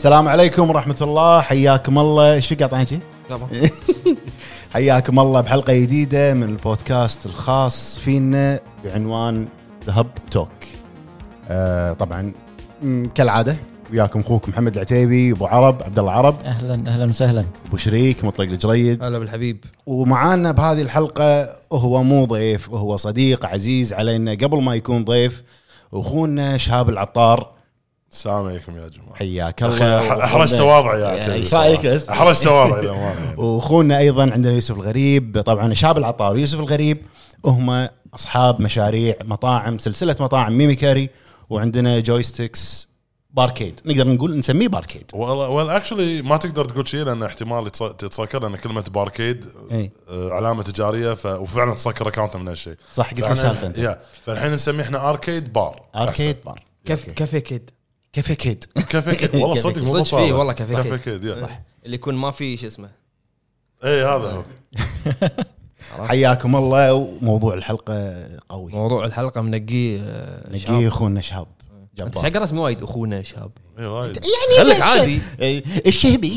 السلام عليكم ورحمة الله، حياكم الله. ايش في قاطعين شي؟ حياكم الله بحلقة جديدة من البودكاست الخاص فينا بعنوان ذا هب توك. طبعا كالعادة وياكم اخوكم محمد العتيبي، ابو عرب عبد الله عرب، اهلا وسهلا، ابو شريك مطلق الجريد، هلا بالحبيب. ومعانا بهذه الحلقة هو مو ضيف، وهو صديق عزيز علينا قبل ما يكون ضيف، اخونا شهاب العطار. السلام عليكم يا جماعه، حياك الله. احرجت تواضع يا عتيبي، احرجت تواضع. واخونا ايضا عندنا يوسف الغريب. طبعا شهاب العطار ويوسف الغريب هم اصحاب مشاريع مطاعم، سلسله مطاعم ميميكاري، وعندنا جويستكس باركيد، نقدر نقول نسميه باركيد. well actually ما تقدر تقول شيء لان احتمال تتسكر، لان كلمه باركيد علامه تجاريه، وفعلا تسكر اكاونت من هالشيء. صح، قلت لي سالفه انت. فالحين نسميه احنا اركيد بار. اركيد بار، كافيه كيد. كافيه كيد، كافيه كيد. والله صدق مو صدق فيه والله كافيه كيد. صح، اللي يكون ما في شو اسمه. اي هذا هو. حياكم الله. وموضوع الحلقه قوي، موضوع الحلقه منقيه اخونا شهاب جبار. شقر اسمه وايد اخونا شهاب، يعني خليك عادي الشهبي.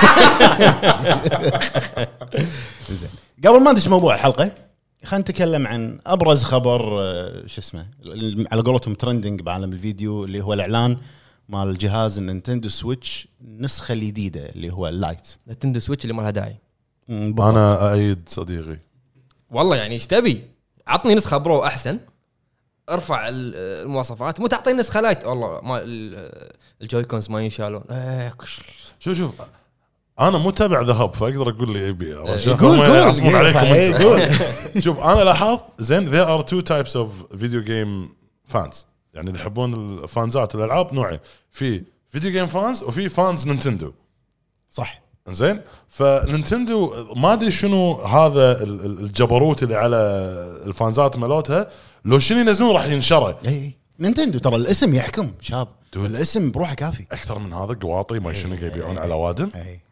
قبل ما ندش موضوع الحلقه، خلينا نتكلم عن ابرز خبر شو اسمه على قولتهم ترندنج بعالم الفيديو، اللي هو الاعلان مال الجهاز النينتندو سويتش النسخه الجديده اللي هو اللايت. نينتندو سويتش اللي ما لها داعي. انا ايد صديقي والله، يعني ايش تبي؟ عطني نسخه برو احسن، ارفع المواصفات، مو تعطيني نسخه لايت. والله ما الجويكونز ما ينشالون. شوف انا متابع ذهب، فاقدر اقول لي ابي قول اصبر عليكم. شوف انا لاحظت زين there are two types of video game fans، يعني اللي يحبون الفانزات الالعاب نوعين، في فيديو جيم فانز وفي فانز نينتندو. صح زين، فنينتندو ما ادري شنو هذا الجبروت اللي على الفانزات مالتها، لو شنو ينزلون راح ينشره. اي نينتندو ترى الاسم يحكم شاب، الاسم بروحه كافي. اكثر من هذا قواطي ما شنو يبيعون على وادم.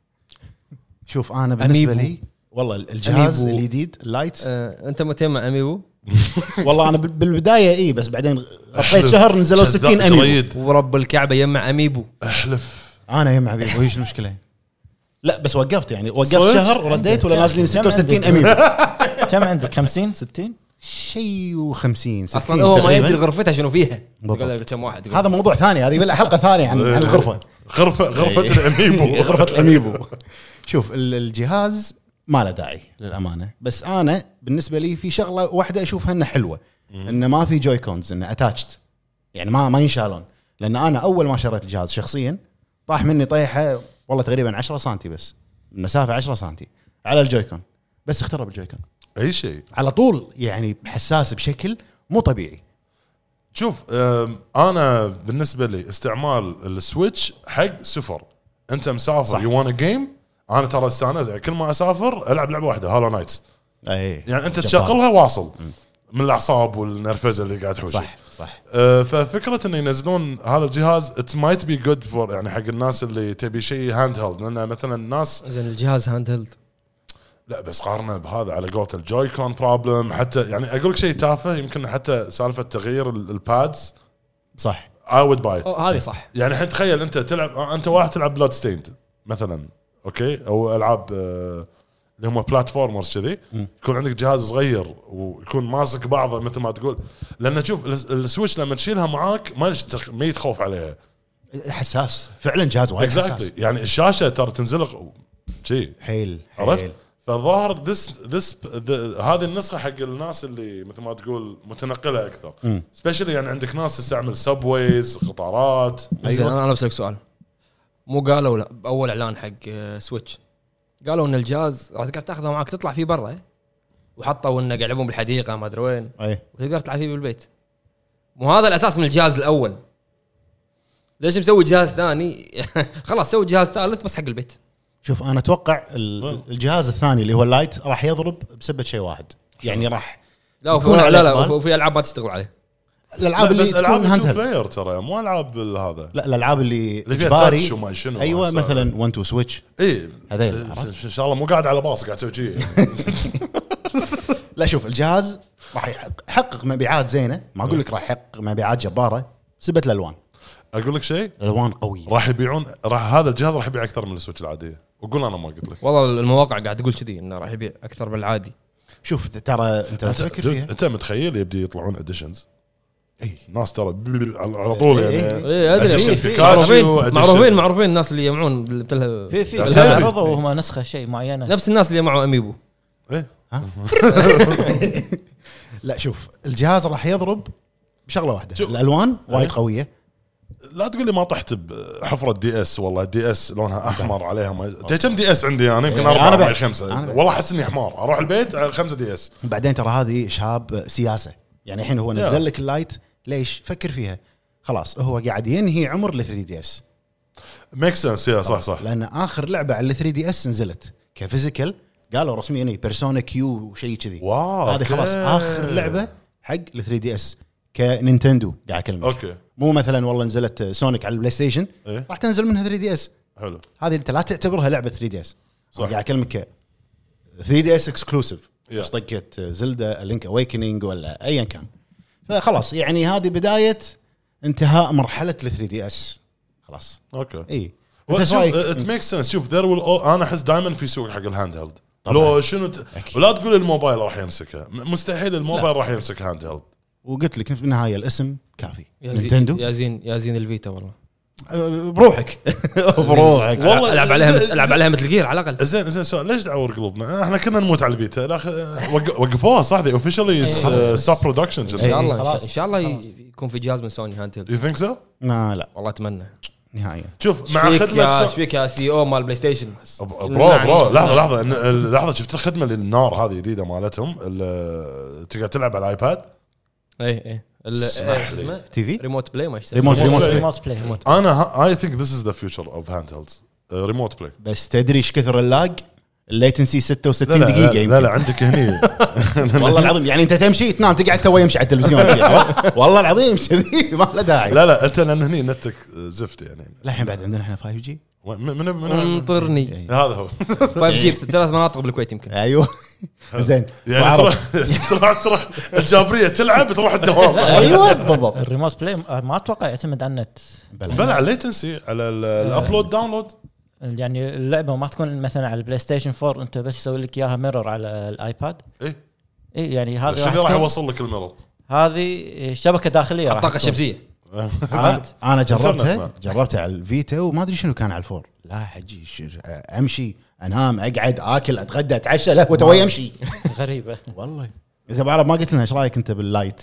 شوف انا بالنسبه لي والله الجهاز الجديد اللايت. انت متيمع اميبو؟ والله انا بالبدايه بس بعدين قطيت شهر نزلوا 60 اميبو، ورب الكعبه يمع اميبو. احلف انا يمع اميبو. ايش المشكله؟ لا بس وقفت، يعني وقفت شهر ورديت، ولا نازلين 66 اميبو. كم عندك؟ 50 60 شيء و50 اصلا هو ما يدري غرفتها شنو فيها. يقول لك كم واحد. هذا موضوع ثاني، هذه بلا حلقه ثانيه عن الغرفه. غرفه الاميبو. غرفه الاميبو. شوف الجهاز ما له داعي للامانه، بس انا بالنسبه لي في شغله واحده اشوفها انها حلوه، انه ما في جويكونز، انه اتاتشد، يعني ما ينشالون. لان انا اول ما شريت الجهاز شخصيا طاح مني طيحه والله تقريبا 10 سنتي، بس المسافه 10 سنتي على الجويكون، بس اخترب الجويكون اي شيء على طول، يعني حساس بشكل مو طبيعي. شوف انا بالنسبه لي استعمال السويتش حق سفر، انت مسافر يو وان جيم، انا ترى استانس كل ما اسافر العب لعبه واحده هالو نايتس. يعني انت تشغلها واصل من الاعصاب والنرفزه اللي قاعد تحوش. صح. ففكره انه ينزلون هذا الجهاز ات مايت بي جود فور، يعني حق الناس اللي تبي شيء هاند هيلد، لان مثلا الناس زين الجهاز هاند هيلد، لا بس قارنه بهذا على قولة الجويكون بروبلم. حتى يعني اقول لك شيء تافه، يمكن حتى سالفه تغيير البادز. صح، I would buy it. هذه صح. يعني الحين تخيل انت تلعب، انت واحد تلعب بلاد ستيند مثلا، اوكي، او العاب اللي هم بلاتفورمرز كذي، يكون عندك جهاز صغير ويكون ماسك بعضه مثل ما تقول، لان تشوف السويتش لما تشيلها معاك ما يتخوف عليها، حساس فعلا، جهاز وايد حساس. يعني الشاشه ترى تنزلق شيء حيل. عرفت؟ فالظاهر هذه النسخه حق الناس اللي مثل ما تقول متنقله اكثر، سبيشلي يعني عندك ناس تستعمل سبويز، قطارات. ايوه انا بسالك سؤال، مو قالوا لا باول اعلان حق سويتش قالوا ان الجهاز راح تقدر تاخذه معك تطلع فيه برا، وحطوا انه قاعد يلعبون بالحديقه ما ادري وين، وتقدر تلعب فيه بالبيت؟ مو هذا الاساس من الجهاز الاول؟ ليش مسوي جهاز ثاني؟ خلاص سوي جهاز ثالث بس حق البيت. شوف انا اتوقع الجهاز الثاني اللي هو اللايت راح يضرب بسبب شيء واحد، يعني راح لا وفي العاب ما تشتغل عليه. الالعاب اللي تكون هاند بلاير ترى مو العاب هذا، لا الالعاب اللي اجباري. ايوه مثلا 1 2 سويتش، هذيل ان شاء الله مو قاعد على باص قاعد تسوي شيء. لا شوف الجهاز راح يحقق مبيعات زينه، ما اقول لك راح يحقق مبيعات جباره، سبت الالوان. اقول لك شيء الالوان قويه. راح يبيعون هذا الجهاز راح يبيع اكثر من السويتش العاديه. وقول انا ما قلت لك والله المواقع قاعد تقول كذي انه راح يبيع اكثر من العادي. شوف ترى انت تفكر فيها. انت متخيل يبدي يطلعون اديشنز اي ناس ترى على طول يعني ايه ادري معروفين الناس اللي يجمعون في عرضوا وهم نسخه شيء معينه نفس الناس اللي معوا اميبو. ايه لا شوف الجهاز راح يضرب بشغله واحده، الالوان وايد قويه. لا تقول لي ما طحت بحفره دي اس. والله دي اس لونها احمر عليها كم دي اس عندي انا يمكن 4 أو 5 والله احس اني حمار اروح البيت 5 دي اس. بعدين ترى هذه شاب سياسه يعني الحين هو نزل لك اللايت ليش فكر فيها خلاص هو قاعد ينهي عمر ال 3 دي اس ميك سنس يا صح لان اخر لعبه على ال 3 دي اس نزلت كفيزيكال قالوا رسميا بيرسونا كيو شيء كذي. هذه خلاص اخر لعبه حق ال 3 دي اس كنينتندو قاعد اكلمك. اوكي مو مثلا والله نزلت سونيك على البلاي ستيشن راح تنزل منها 3 دي اس. حلو هذه انت لا تعتبرها لعبه 3 دي اس قاعد اكلمك 3 دي اس اكسكلوسيف مش طقه زلدا لينك اويكنينج ولا ايا كان. فخلاص يعني هذه بدايه انتهاء مرحله ال 3 دي اس خلاص. اوكي اي ات ميك سنس. شوف انا احس دائما في سوق حق الهاند هيلد لو شنو ولا تقول الموبايل راح يمسكها مستحيل الموبايل راح يمسك هاند هيلد. وقلت لك في النهايه الاسم كافي نينتندو يا زين الفيتا والله بروحك بروحك والله العب عليها مثل جير على الاقل. زين سؤال ليش تعور قلوبنا؟ احنا كنا نموت على الفيتا وقفوها صح دي اوفيشلي ستوب برودكشن ان شاء الله يكون في جهاز من سوني هاند هيلد. يو ثينك سو؟ لا والله اتمنى نهائيا. شوف مع خدمه شبيك يا سي او مال بلاي ستيشن برو لحظه شفت الخدمه للنار هذه جديده مالتهم تقدر تلعب على الايباد. اي تي في ريموت بلاي ما ريموت بلاي. انا اي ثينك ذس از ذا فيوتشر اوف هاند هيلدز ريموت بلاي. بس تدري ايش كثر اللاج الليتنسي 66 دقيقه يمكن. لا عندك هني والله العظيم يعني انت تمشي تنام تقعد تو يمشي على التلفزيون والله العظيم كذي ما له داعي. لا انت لان هني نتك زفت يعني. الحين بعد عندنا احنا 5 جي من انطرني هذا هو 5 جي 3 مناطق بالكويت يمكن. ايوه زين يعني تروح الجابريه تلعب تروح الدوام. ايوه بالضبط. الريموت بلاي ما اتوقع يعتمد على النت بل على الليتنسي على الابلود داونلود. يعني اللعبه ما تكون مثلا على البلاي ستيشن 4 انت بس يسوي لك اياها ميرور على الايباد. ايه يعني هذا شو راح يوصل لك الميرور؟ هذه شبكه داخليه الطاقه الشمسيه. انا جربتها على الفيتا وما ادري شنو كان على الفور. لا حجي امشي انام اقعد اكل اتغدى اتعشى لا وتوي يمشي. غريبه والله. اذا بعرف ما قلت لنا ايش رايك انت باللايت؟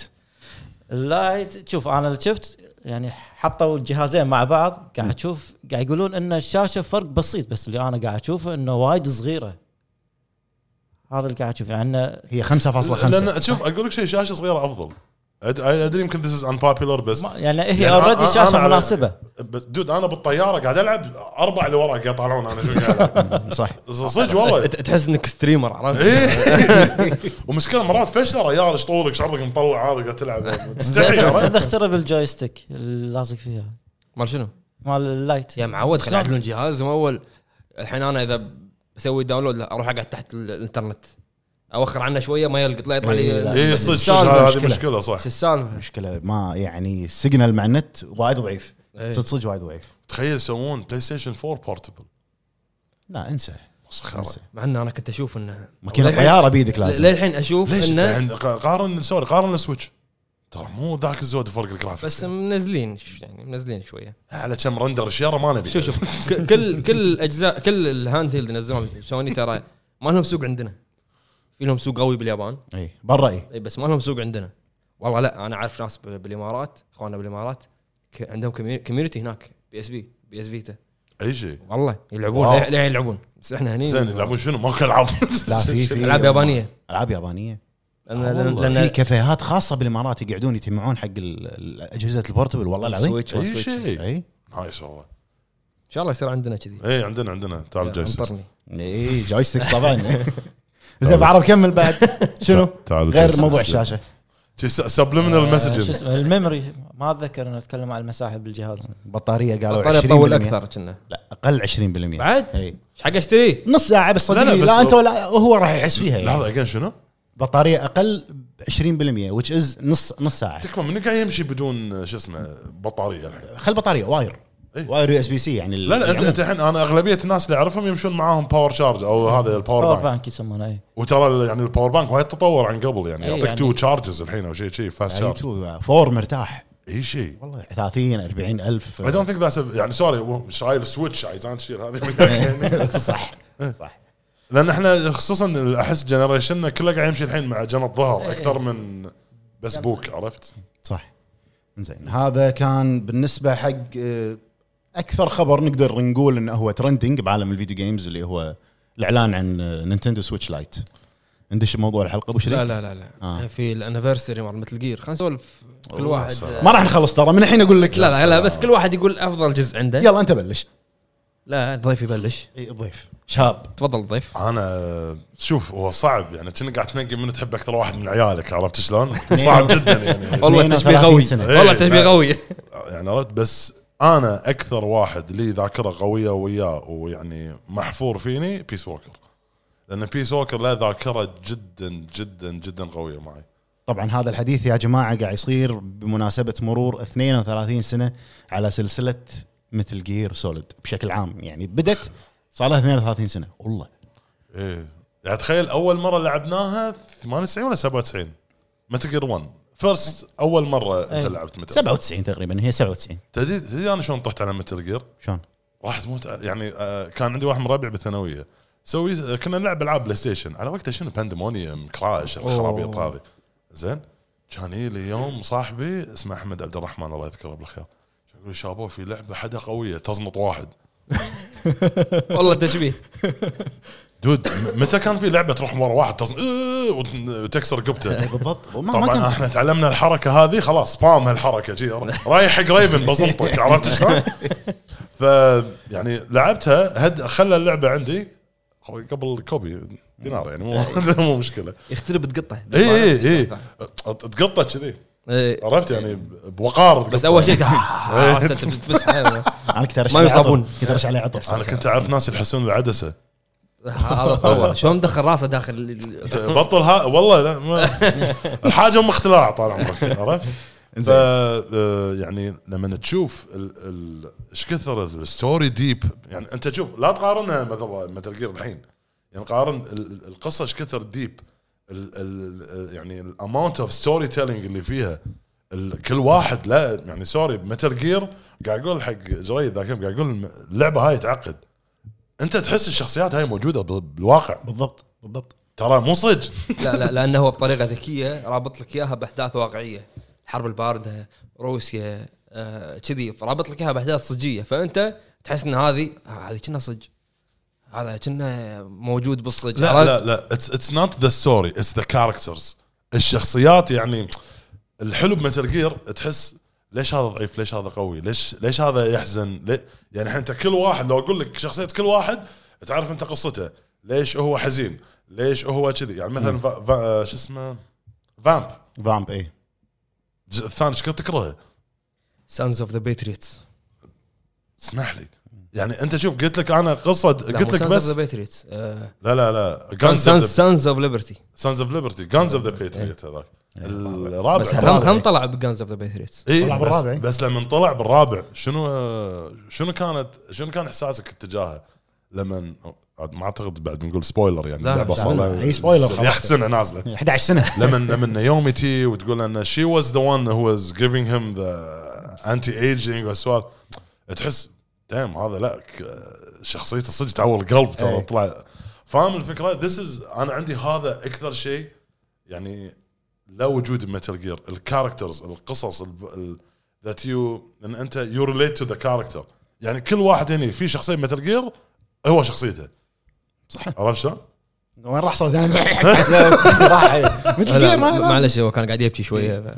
اللايت شوف انا اللي شفت يعني حطوا الجهازين مع بعض قاعد اشوف قاعد يقولون ان الشاشه فرق بسيط بس اللي انا قاعد اشوفه انه وايد صغيره. هذا اللي قاعد اشوفه يعني هي 5.5. لان شوف اقول لك شيء شاشه صغيره افضل. ادري يمكن this is unpopular بس يعني هي اوريدي شاشه مناسبه. بس دود انا بالطياره قاعد العب 4 اللي وراك يطلعون انا شو قاعد صح صدق والله تحس انك ستريمر عرفت. ومشكله مرات فشله ريال ايش طولك شعرك مطلع هذا قاعد تلعب تستحي. اذا اخترب الجويستيك اللازق فيها مال شنو مال اللايت يا معود خلي يعدلون الجهاز اول. الحين انا اذا بسوي داونلود اروح اقعد تحت الانترنت اوخر عنه شويه ما يلقط لا يطلع لي. اي صدق هذه مشكله صح. السالفه مشكله ما يعني السيجنال مع النت وايد ضعيف. صدق وايد ضعيف. تخيل يسوون بلاي ستيشن 4 بورتبل. لا انسى مع ان انا كنت اشوف انه ماكينه طياره بيدك لازم. للحين اشوف انه قارن السويتش ترى مو ذاك الزود فرق الجرافيكس بس منزلين شويه على كم رندر شيره ما نبي. شوف كل اجزاء كل الهاند هيلد نزلون سوني ترى ما لهم سوق عندنا. في لهم سوق قوي باليابان اي برا اي بس ما لهم سوق عندنا. والله لا انا عارف ناس بالامارات اخواننا بالامارات عندهم كوميونتي هناك بي اس فيتا اي شيء والله يلعبون لا يلعبون بس احنا هني زين يلعبون شنو ماكو العاب. لا في العاب يابانيه لان في كافيهات خاصه بالامارات يقعدون يتجمعون حق اجهزه البورتبل والله العظيم. سويتش اي نايس والله ان شاء الله يصير عندنا كذي. اي عندنا تعال جويستيك. اي جويستيك طبعا. زين بعرف كمل بعد شنو غير موضوع الشاشه سبليمينال مسجز الميموري ما اتذكر انه اتكلم عن المساحه بالجهاز. بطاريه قالوا 20% تطول اكثر كنا لا اقل 20% بعد ايش حق اشتري نص ساعه بس صدقني لا انت ولا هو راح يحس فيها يعني. لحظه اجين شنو بطاريه اقل 20% which is نص ساعه. تكفى من قاعد يمشي بدون شو اسمه بطاريه الحين. خل بطاريه واير واير USB-C يعني. لا انت الحين انا اغلبيه الناس اللي اعرفهم يمشون معاهم باور شارج او هذا الباور بانك يسمونه اي. وترى يعني الباور بانك وايد تطور عن قبل يعني يعطيك يعني 2 تشارجز الحين او شيء فاست شارج. فور مرتاح اي شيء والله 30-40 الف. I don't think that's يعني سوري شايل سويتش عايزان تشيل هذه. صح صح. لان احنا خصوصا احس جنريشننا كله قاعد يمشي الحين مع جنط ظهر اكثر من بس بوك. عرفت صح. زين هذا كان بالنسبه حق اكثر خبر نقدر نقول انه هو ترندنج بعالم الفيديو جيمز اللي هو الاعلان عن نينتندو سويتش لايت. ندش موضوع الحلقه ابو شريك. لا. في الانيفرساري مال مثل جير خلينا نسولف كل واحد. ما راح نخلص ترى من الحين اقول لك. لا بس كل واحد يقول افضل جزء عنده. يلا انت بلش. لا الضيف يبلش. اي الضيف شاب. تفضل الضيف. انا شوف هو صعب يعني كنا قاعد تنقي من تحب اكثر واحد من عيالك. عرفت شلون؟ صعب جدا يعني. والله تشبيه قوي والله تشبيه قوي يعني عرفت. بس انا اكثر واحد لي ذاكره قويه وياه ويعني محفور فيني بيس ووكر. لان بيس ووكر له ذاكره جدا جدا جدا قويه معي. طبعا هذا الحديث يا جماعه قاعد يصير بمناسبه مرور 32 سنه على سلسله مثل جير سوليد بشكل عام. يعني بدت صار لها 32 سنه والله. ايه يعني تخيل اول مره لعبناها 98 ولا 97 مثل جير 1 فيرست. اول مره انت لعبت مثل 97 تقريبا. هي 97. تدري انا شلون طحت على مثل جير؟ شلون؟ راح تموت يعني. كان عندي واحد مربع بالثانويه كنا نلعب العاب بلاي ستيشن على وقتها. شنو بانديمونيوم كراش الخرابيط هذه. زين كان لي يوم صاحبي اسمه احمد عبد الرحمن الله يذكره بالخير يقول شابو في لعبه حدا قويه تزنط واحد. والله تشبيه دود متى كان في لعبه تروح ورا واحد وتكسر رقبته؟ بالضبط. طبعا احنا تعلمنا الحركه هذه خلاص سبام هالحركه جي رايح حق ريفن بزنطك. عرفت شلون؟ ف يعني لعبتها خلى اللعبه عندي قبل كوبي دينار يعني مو مشكله. يخترب تقطه. اي تقطه كذي. عرفت يعني بوقار. بس اول شيء انت بتمسح. انا كنت ما يصابون. كنت ارش عليه عطر. انا كنت اعرف ناس يحسون العدسه. هذا هو شلون مدخل راسه داخل بطل والله لا الحاجه اختلاع طال عمرك. عرفت يعني لما تشوف ايش كثر الستوري ديب يعني. انت تشوف لا تقارنها مثل جير الحين يعني قارن القصه ايش كثر ديب يعني الاماونت اوف ستوري تيلينج اللي فيها. كل واحد لا يعني سوري بمتل جير قاعد اقول حق جريد ذاك قاعد اقول اللعبه هاي تعقد. انت تحس الشخصيات هاي موجوده بالواقع. بالضبط ترى مو صج. لا لانه هو بطريقه ذكيه رابط لك اياها باحداث واقعيه. الحرب البارده روسيا كذي رابط لك اياها باحداث صجيه. فانت تحس ان هذه كنا صج. هذا كنا موجود بالصج. لا it's not the story it's the characters. الشخصيات يعني الحلو بمتل جير تحس ليش هذا ضعيف ليش هذا قوي ليش هذا يحزن يعني انت كل واحد لو اقول لك شخصيه كل واحد تعرف انت قصته ليش هو حزين ليش هو كذي. يعني مثلا شو اسمه فامب اي الثاني ايش كنت تكرهه؟ سانز اوف ذا باتريوتس. اسمح لي يعني انت شوف قلت لك انا قصه قلت لك بس لا سانز اوف ليبرتي جانز اوف ذا باتريوت هذاك الرابع. بس هم طلع بجانز اوف ذا باتريوت. طلع بالرابع. بس لما طلع بالرابع شنو كان احساسك اتجاهه لما ما اعتقد بعد بنقول سبويلر يعني اللعبه صار لها اي سبويلر يا سنه نازله 11 سنه لما نيومي تي وتقول ان she was the one who was giving him the anti-aging والسؤال تحس دايم هذا لا شخصيته صدق تعور القلب ترى طلع فاهم الفكره. this is انا عندي هذا اكثر شيء يعني لا وجود بميتال جير الكاركترز القصص that you ان انت you relate to the character. يعني كل واحد هنا في شخصيه ميتال جير هو شخصيته صح. عرفت شلون؟ وين راح صوت انا مثل جير معلش هو كان قاعد يبكي شويه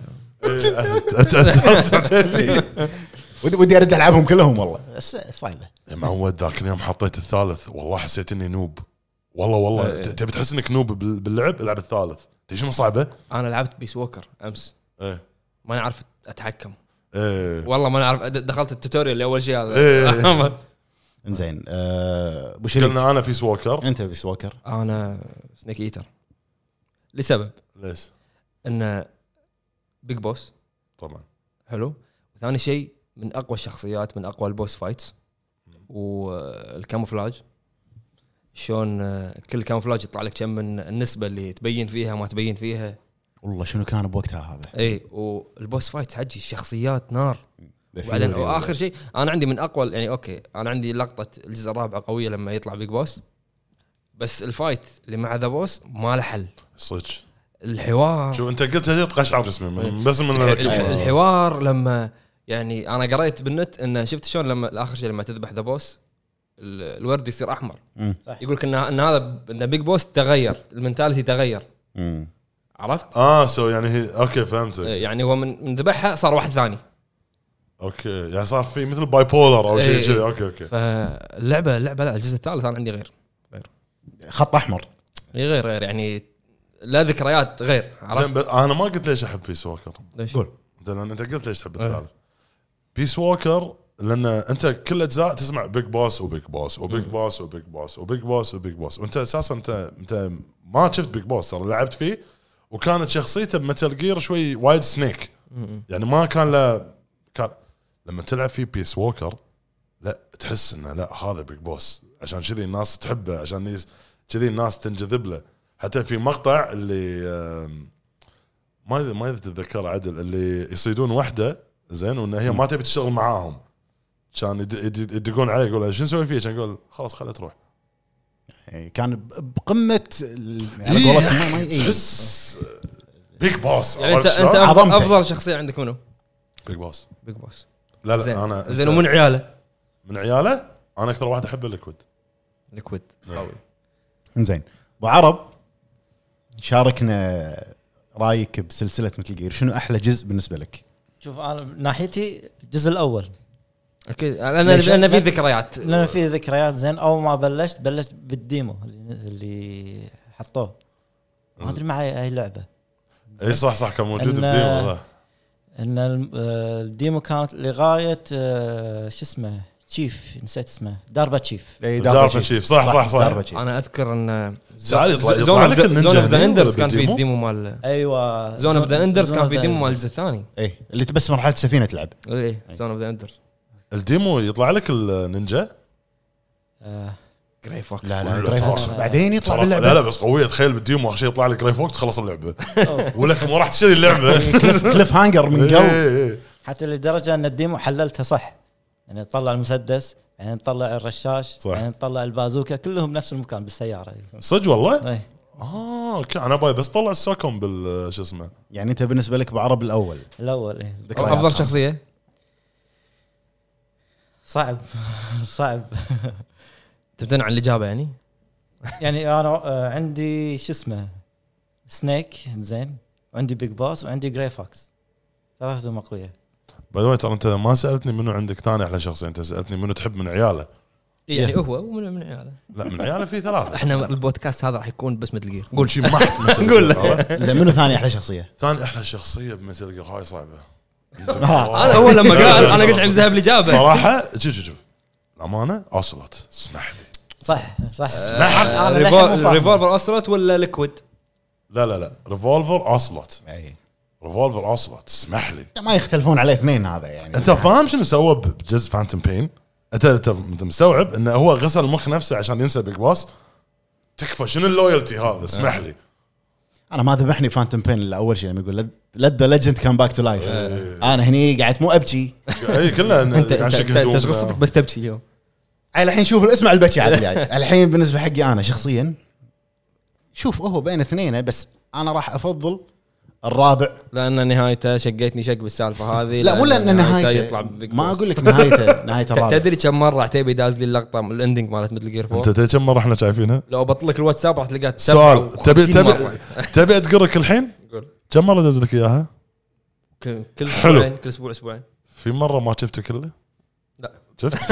ودي ارد العبهم كلهم والله بس صعبه. معود ذاك اليوم حطيت الثالث والله حسيت اني نوب والله تبي تحس انك نوب باللعب العب الثالث. تدري شنو صعبه؟ انا لعبت بيس ووكر امس ما نعرف اتحكم والله ما نعرف. دخلت التوتوريال لاول شيء هذا انزين ابو شريك قلنا انا بيس ووكر انت بيس ووكر انا سنيك ايتر لسبب ليش انه بيج بوس طبعا حلو. وثاني شيء من اقوى الشخصيات، من اقوى البوس فايتس، والكاموفلاج شلون كل كاموفلاج يطلع لك كم من النسبه اللي تبين فيها ما تبين فيها. والله شنو كان بوقتها هذا. اي والبوس فايت حجي الشخصيات نار. وبعدين واخر شيء انا عندي من اقوى يعني اوكي انا عندي لقطه الجزء الرابع قويه لما يطلع بيج بوس، بس الفايت اللي مع ذا بوس ما له حل صدق. الحوار شوف انت قلت هذه قشعر جسمي بس من الحوار لما يعني انا قريت بالنت انه شفت شلون لما اخر شيء لما تذبح ذا بوس الورد يصير احمر. يقول لك ان هذا ان بيج بوس تغير، المنتاليتي تغير. عرفت سو يعني هي اوكي فهمت. يعني هو من ذبحها صار واحد ثاني. اوكي يعني صار في مثل باي بولر او شيء كذا. اوكي فاللعبه لا الجزء الثالث انا عندي غير خط احمر غير يعني لا ذكريات غير. زين انا ما قلت ليش احب بيس ووكر. قول انت قلت ليش تحب الثالث. بيس ووكر لان انت كل اجزاء تسمع بيج بوس وبيج بوس وبيج بوس وبيج بوس وبيج بوس وبيج بوس، وانت اساسا انت ما شفت بيج بوس، ترى لعبت فيه وكانت شخصيته بمتل جير شوي وايد سنيك، يعني ما كان له كان لما تلعب فيه بيس ووكر لا تحس انه لا هذا بيج بوس، عشان كذي الناس تحبه، عشان كذي الناس تنجذب له. حتى في مقطع اللي ما تتذكر عدل، اللي يصيدون وحده زين وان هي ما تبي تشتغل معاهم، كان يدقون عليه يقول شو نسوي فيه، كان يقول خلاص خلها تروح. كان بقمه على قولتهم ما تحس بيج بوس. يعني انت افضل شخصيه عندك منو؟ بيج بوس. لا زين. انا زين ومن عياله انا اكثر واحد احب الليكويد قوي. انزين ابو عرب شاركنا رايك بسلسله مثل جير، شنو احلى جزء بالنسبه لك؟ شوف انا من ناحيتي الجزء الاول اكيد انا في ذكريات لأن في ذكريات. زين اول ما بلشت بالديمو اللي حطوه، ما ادري معي اي لعبه. اي صح كان موجود بالديمو. ان الديمو كانت لغايه شو اسمه تشيف، نسيت اسمه داربا تشيف. صح. انا اذكر ان زون اوف ذا اندرز كان في الديمو مال ايوه زون اوف ذا اندرز كان في ديمو مال الجزء الثاني. اي اللي بس مرحله السفينه تلعب. اي زون اوف ذا اندرز الديمو يطلع لك النينجا جراي فوكس. لا جراي فوكس بعدين يطلع باللعبه. لا بس قويه، تخيل بالديمو اخر شيء يطلع لك جراي فوكس تخلص اللعبه ولك ما راح تشتري اللعبه. كليف هانجر من قبل. حتى لدرجه ان الديمو حللتها صح، يعني تطلع المسدس، يعني تطلع الرشاش، يعني تطلع البازوكا، كلهم بنفس المكان بالسياره. صدق والله. اي انا باي بس طلع السوكم بالش اسمه. يعني انت بالنسبه لك بعرب الاول ايه. افضل شخصيه صعب تبتنع عن الاجابه يعني انا عندي شو اسمه سنيك زين، وعندي بيج بوس، وعندي جراي فوكس، ثلاثه مقويه. باي ترى انت ما سالتني منو عندك ثاني احلى شخصيه، انت سالتني منو تحب من عياله. يعني هو ومن عياله. لا من عياله في ثلاثه. احنا البودكاست هذا راح يكون بس مثل جير. قول شيء محت قول زين منو ثاني احلى شخصيه؟ ثاني احلى شخصيه بمثل جير هاي صعبه. انا اول لما قال انا قلت عم ذهب الاجابه صراحه. شوف الامانه اوصلت اسمح لي. صح ريفولفر اوسلوت ولا ليكويد؟ لا ريفولفر اوسلوت. ريفولفر اوسلوت اسمح لي. ما يختلفون عليه اثنين هذا يعني. انت فاهم شنو سوى بجزء فانتوم بين؟ انت مستوعب انه هو غسل المخ نفسه عشان ينسى بيج بوس؟ تكفى شنو اللويالتي هذا؟ اسمح لي. انا ما ذبحني فانتوم بين الا اول شيء لما يقول let the legend come back to life. انا هني قاعد مو ابكي. اي كلها انت قصتك بس تبكي اليوم. الحين شوف اسمع البكي عاد يعني. الحين بالنسبه حقي انا شخصيا شوف هو بين اثنين، بس انا راح افضل الرابع لان نهايته شقيتني شق بالسالفه هذه. لا مو لان نهايته ما اقول لك نهايه الرابع. تدري كم مره عتيبي داز لي اللقطه الاندنج مالت مثل جير 4؟ انت تدري كم مره احنا شايفينها؟ لو بطلك الواتساب راح تلقاه سؤال. تبي اذكرك الحين كم مره داز لك اياها؟ كل اسبوعين كل اسبوعين. في مره ما شفته كله؟ لا شفت.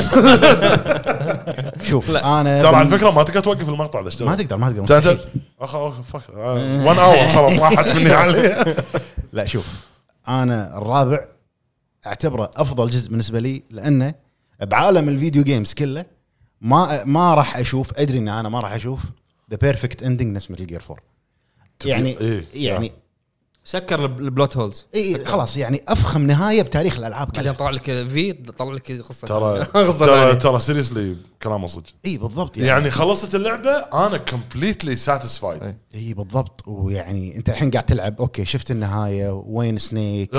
شوف انا ترى على فكره ما تقدر توقف المقطع ده. ما تقدر مستحيل. 1 اور خلاص راحت مني عليه. لا شوف انا الرابع اعتبره افضل جزء بالنسبه لي، لانه بعالم الفيديو جيمز كله ما راح اشوف، ادري ان انا ما راح اشوف ذا بيرفكت اندنج نفس مثل جير 4. يعني سكر البلوت هولز. اي خلاص يعني افخم نهايه بتاريخ الالعاب بعدين كلها. طلع لك في طلع لك قصه ترى سيريسلي كلامه صدق. اي بالضبط يعني خلصت اللعبه انا كومبليتلي ساتيسفايد. اي بالضبط. ويعني انت الحين قاعد تلعب اوكي شفت النهايه وين سنيك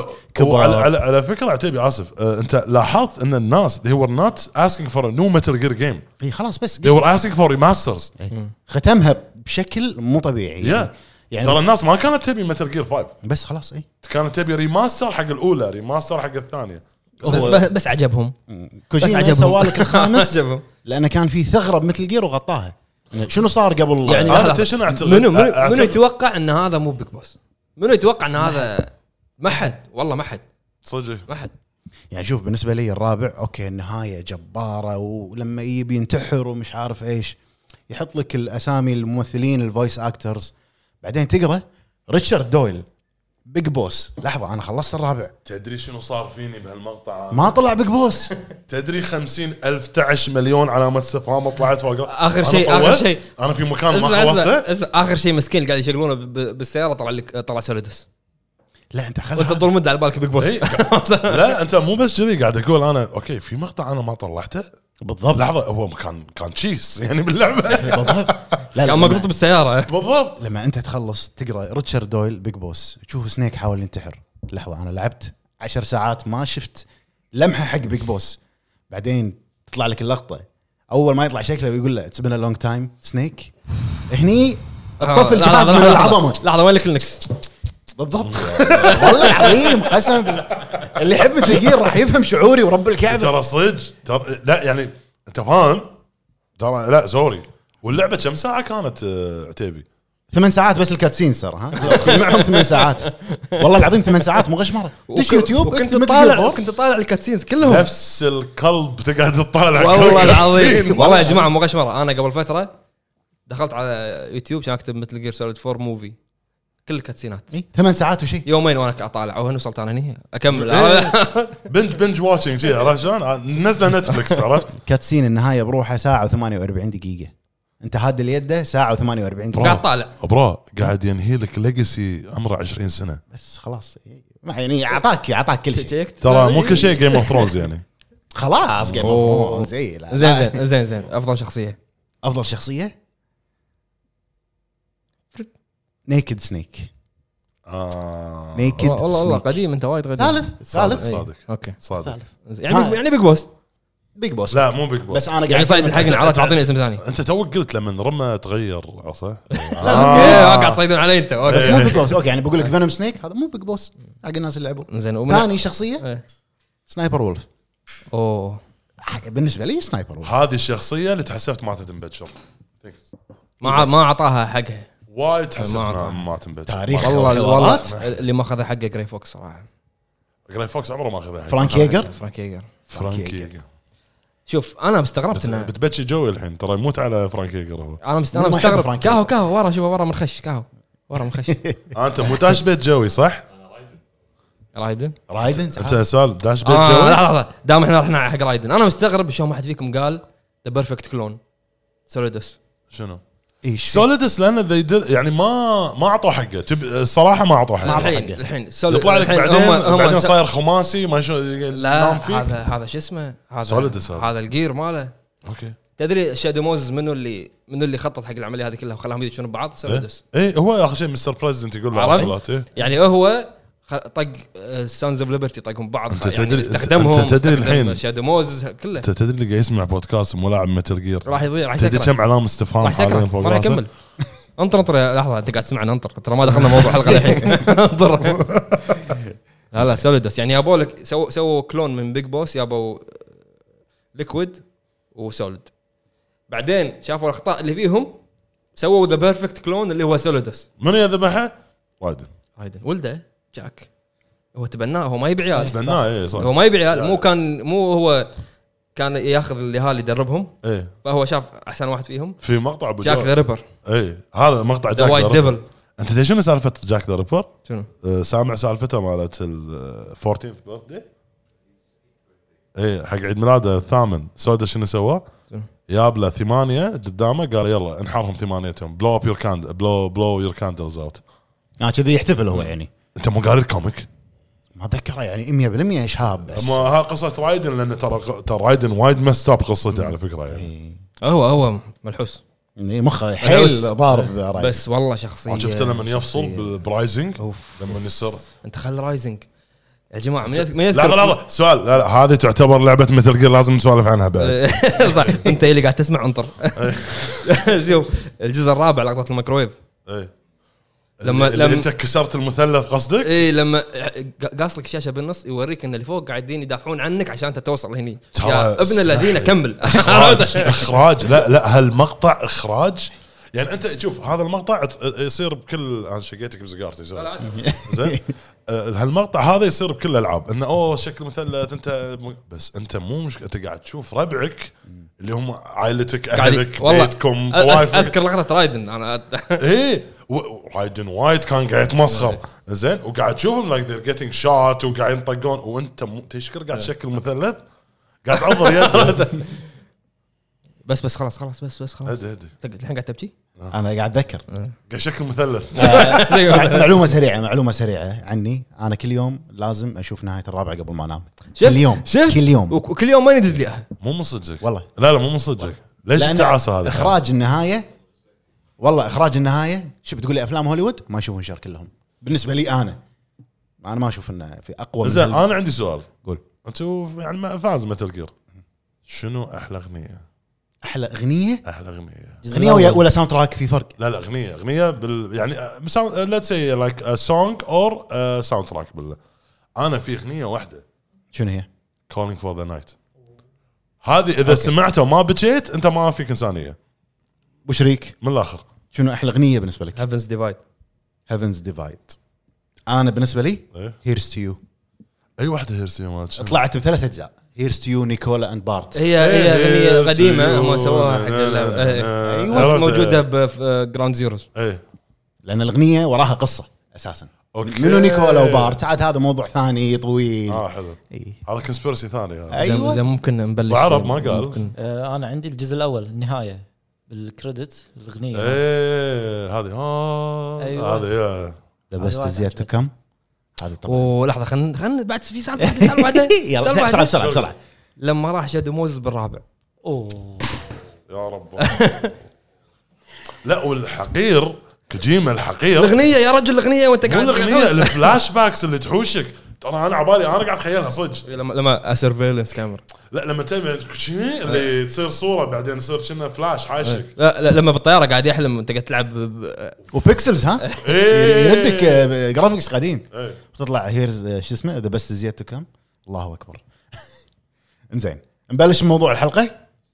على فكره عتيبي اسف انت لاحظت ان الناس they were not asking for a new Metal Gear game. اي خلاص بس they were asking for remasters. ختمها بشكل مو طبيعي. يعني ترى الناس ما كانت تبي متل جير 5 بس خلاص اي كانت تبي ريماستر حق الاولى ريماستر حق الثانيه. بس عجبهم كوجيما سوالك الخامس لانه كان في ثغره بمثل جير وغطاها. شنو صار قبل يعني انا شنو اعتقد منو يتوقع ان هذا مو بيج بوس؟ منو يتوقع ان هذا ما حد والله ما حد صدق ما حد. يعني شوف بالنسبه لي الرابع اوكي النهايه جباره ولما يبي ينتحر ومش عارف ايش يحط لك الاسامي الممثلين الفويس اكترز بعدين تقرا ريتشارد دويل بيج بوس. لحظه انا خلصت الرابع. تدري شنو صار فيني بهالمقطع؟ ما طلع بيج بوس. تدري 50,011 مليون علامه استفهام طلعت فوق. اخر شيء انا في مكان ما خلصته. اخر شيء مسكين قاعد يشغلونه بالسياره طلع سوليدس. لا انت خلها وانت تظل مد على بالك بيج بوس. لا انت مو بس كذي قاعد اقول انا اوكي في مقطع انا ما طلعته بالضبط. لحظه هو كان تشيس يعني باللعبه بالضبط. لا كان مقطوط بالسياره بالضبط. لما انت تخلص تقرا ريتشارد دويل بيج بوس تشوف سنيك حاول ينتحر. لحظه انا لعبت 10 ساعات ما شفت لمحه حق بيج بوس. بعدين تطلع لك اللقطه اول ما يطلع شكله ويقول له اتس بين ا لونج تايم سنيك. هني الطفل جهاز من العظمه. لحظه وين الكلينكس بالضبط. والله العظيم قسم بالله اللي يحب تلقيه راح يفهم شعوري ورب الكعبه. ترى صدق لا يعني انت فاهم ترى لا سوري. واللعبه كم ساعه كانت عتيبي؟ 8 ساعات بس الكاتسين صار ها معهم 8 ساعات والله العظيم 8 ساعات مو غشمره. دش يوتيوب كنت طالع الكاتسينز كلهم نفس القلب تقعد تطالع والله العظيم. والله يا جماعه مو غشمره. انا قبل فتره دخلت على يوتيوب عشان اكتب مثل جير سوليد 4 موفي كل الكاتسينات 8 ساعات وشيء يومين وانا اطالع وهنا وصلت انا هنا اكمل بنج واتشنج جي عشان نزله نتفلكس عرفت. كاتسين النهايه بروحه ساعه و48 دقيقه. انت هاد اليد ساعه و48 دقيقه قاعد طالع قاعد ينهي لك ليجاسي عمره 20 سنه بس خلاص يعني اعطاك كل شيء. ترى مو كل شيء جيم اوف ثرونز يعني خلاص جيم اوف ثرونز. زين افضل شخصيه نيكد سنيك. نيكد والله قديم انت وايد قديم. ثالث صادق اوكي صادق يعني بيج بوس لا مو بيج بوس. بس انا يعني قاعد صيد الحقن على تعطيني اسم ثاني. انت توك قلت لما رمى تغير عصا. قاعد تصيدون علي انت بس مو بيج بوس. اوكي يعني بقول لك فينوم سنيك هذا مو بيج بوس حق الناس اللي لعبوا. زين ثاني شخصيه سنايبر وولف. اوه بالنسبه لي سنايبر وولف هذه الشخصيه اللي تحسفت ما تنبشر ما اعطاها حقها وايد تحسفت ما تنبشر تاريخ والله اللي ما اخذ حقه جراي فوكس صراحه. جراي فوكس عمره ما اخذها. فرانك ييجر. شوف انا مستغربت انه بتبكي جوي الحين ترى يموت على فرانك ييجر. هو انا مستغرب كاهو ورا شوفه ورا منخش كاهو ورا منخش. انت مو داش بيت جوي صح؟ رايدن انت سؤال داش بيت جوي. لحظه دام احنا رحنا حق رايدن انا مستغرب شلون واحد فيكم قال ذا بيرفكت كلون سوليدس. شنو ايش سوليدس لان يعني ما اعطوا حقه الصراحه ما اعطوا حقه. الحين يطلع لك بعدين صاير خماسي ما شو لا هذا شو اسمه هذا سوليدس هذا الجير ماله. اوكي تدري شادو موز منو اللي خطط حق العمليه هذه كلها وخلاهم يدشون ببعض سوليدس. ايه هو اخر شيء مستر بريزيدنت يقول له عصلات. يعني هو طق سانز اوف ليبرتي طقهم بعض يعني استخدمهم. تدري الحين شادو موز كله. تدري اللي قاعد يسمع بودكاست ملاعب متل جير راح يضيع راح يسكر. تدري كم علامه استفهام حاليا فوق راسه. راح يكمل. انطر يا لحظه انت قاعد تسمعنا انطر ترى ما دخلنا موضوع الحلقه الحين. انطر. لا سوليدس يعني يابوا لك سووا كلون من بيج بوس يابوا ليكويد وسوليد. بعدين شافوا الاخطاء اللي فيهم سووا ذا بيرفكت كلون اللي هو سوليدس. من يذبحه؟ رايدن ولده جاك هو تبناه. هو ما يبي عيال تبناه. ايه صح هو ما يبي عيال. مو هو كان ياخذ اليهال يدربهم. ايه فهو شاف احسن واحد فيهم في مقطع ابو جاك ذا ريبر. ايه هذا مقطع جاك ذا ريبر. انت تدري شنو سالفه جاك ذا ريبر؟ شنو سامع سالفته مالت ال 14th بيرثدي. ايه حق عيد ميلاده الثامن سودا شنو سوى؟ جاب له 8 قدامه قال يلا انحرهم 8 بلو اب يور كاندل بلو يور كاندلز اوت. كذي يحتفل هو يعني انت مو قاري الكوميك؟ ما اتذكره يعني 100% شهاب بس. ما ها قصه رايدن، لان ترى رايدن وايد مستاب قصته على فكره يعني. هو ملحوس مخه حيل ضارب رايدن. بس والله شخصيه شفت لما يفصل برايزنج لما يصير انت خل رايزنج يا جماعه من لا سؤال، لا هذه تعتبر لعبه مثل جير لازم نسولف عنها بعد. صح انت اللي قاعد تسمع انطر. شوف الجزء الرابع لقطه الميكروويف لما انت كسرت المثلث قصدك؟ اي لما قاص لك الشاشه بالنص يوريك ان اللي فوق قاعدين يدافعون عنك عشان انت توصل هني يا ابن الذين كمل. اخراج لا هالمقطع اخراج يعني. انت شوف هذا المقطع يصير بكل انا شقيتك بسيجارتي زين. هالمقطع هذا يصير بكل الالعاب انه شكل مثلث انت بس انت مو مش انت قاعد تشوف ربعك اللي هم عائلتك اهلك بيتكم اذكر لقطه رايدن انا ايه رايدن وايد كان قاعد يتمسخر زين وقاعد تشوفهم لايك ذير جيتنج شوت وقاعد ينطقون وانت تشكر قاعد تشكل مثلث قاعد تعضر يده. بس خلاص بس خلاص الحين قاعد تبكي. انا قاعد اتذكر قاعد شكل مثلث. معلومه سريعه عني. انا كل يوم لازم اشوف نهايه الرابع قبل ما انام. كل يوم وكل يوم ما ينزل لي اياها. مو من صدقك والله. لا مو من صدقك. ليش التعاسه هذا؟ اخراج النهايه والله اخراج النهايه شو بتقول لي افلام هوليوود ما يشوفون شر كلهم بالنسبه لي. انا ما اشوف انه في اقوى. زين انا عندي سؤال. قول. انتوا يعني ما فاز متل جير شنو احلى اغنيه؟ احلى اغنيه اغنيه ولا ساوند تراك في فرق؟ لا اغنيه يعني ليتس سي لايك سونج اور ساوند تراك بالله. انا في اغنيه واحده. شنو هي؟ Calling for the Night. هذه اذا سمعتها وما بكيت انت ما فيك انسانيه. بشريك من الاخر شنو احلى اغنيه بالنسبه لك؟ Heaven's Divide. انا بالنسبه لي Here's to You. اي واحده Here's to You مالك طلعت بثلاث اجزاء. Here's to You نيكولا اند بارت. هي اغنيه قديمه هم سووها حق ايوه موجوده بجراوند زيروز. لان الاغنيه وراها قصه اساسا. منو نيكولا وبارت عاد هذا موضوع ثاني طويل. حلو. هذا كونسبيرسي ثاني. أيوة. زين ممكن نبلش بعرب ما قال. انا عندي الجزء الاول النهايه بالكريدت الاغنيه. هذه هذه ذا بيست از يت تو كم. هذه طبعا. ولحظه خلنا بعد في سالفه بعدين. يلا بسرعه. لما راح شادو موز بالرابع. يا رب. لا والحقير كوجيما الحقير. الاغنيه يا رجل الاغنيه وانت قاعد الاغنيه الفلاش باكس اللي تحوشك ترى انا عبالي انا قاعد اتخيلها صدق. لما سيرفيلنس كاميرا لا لما تبي اللي تصير صوره بعدين يصير كنا فلاش حاشك. لا لما بالطياره قاعد يحلم انت قاعد تلعب وبيكسلز يردك جرافيكس قديم. تطلع هيرز شو اسمه ذا بيست زيت كم. الله اكبر. انزين نبلش موضوع الحلقه.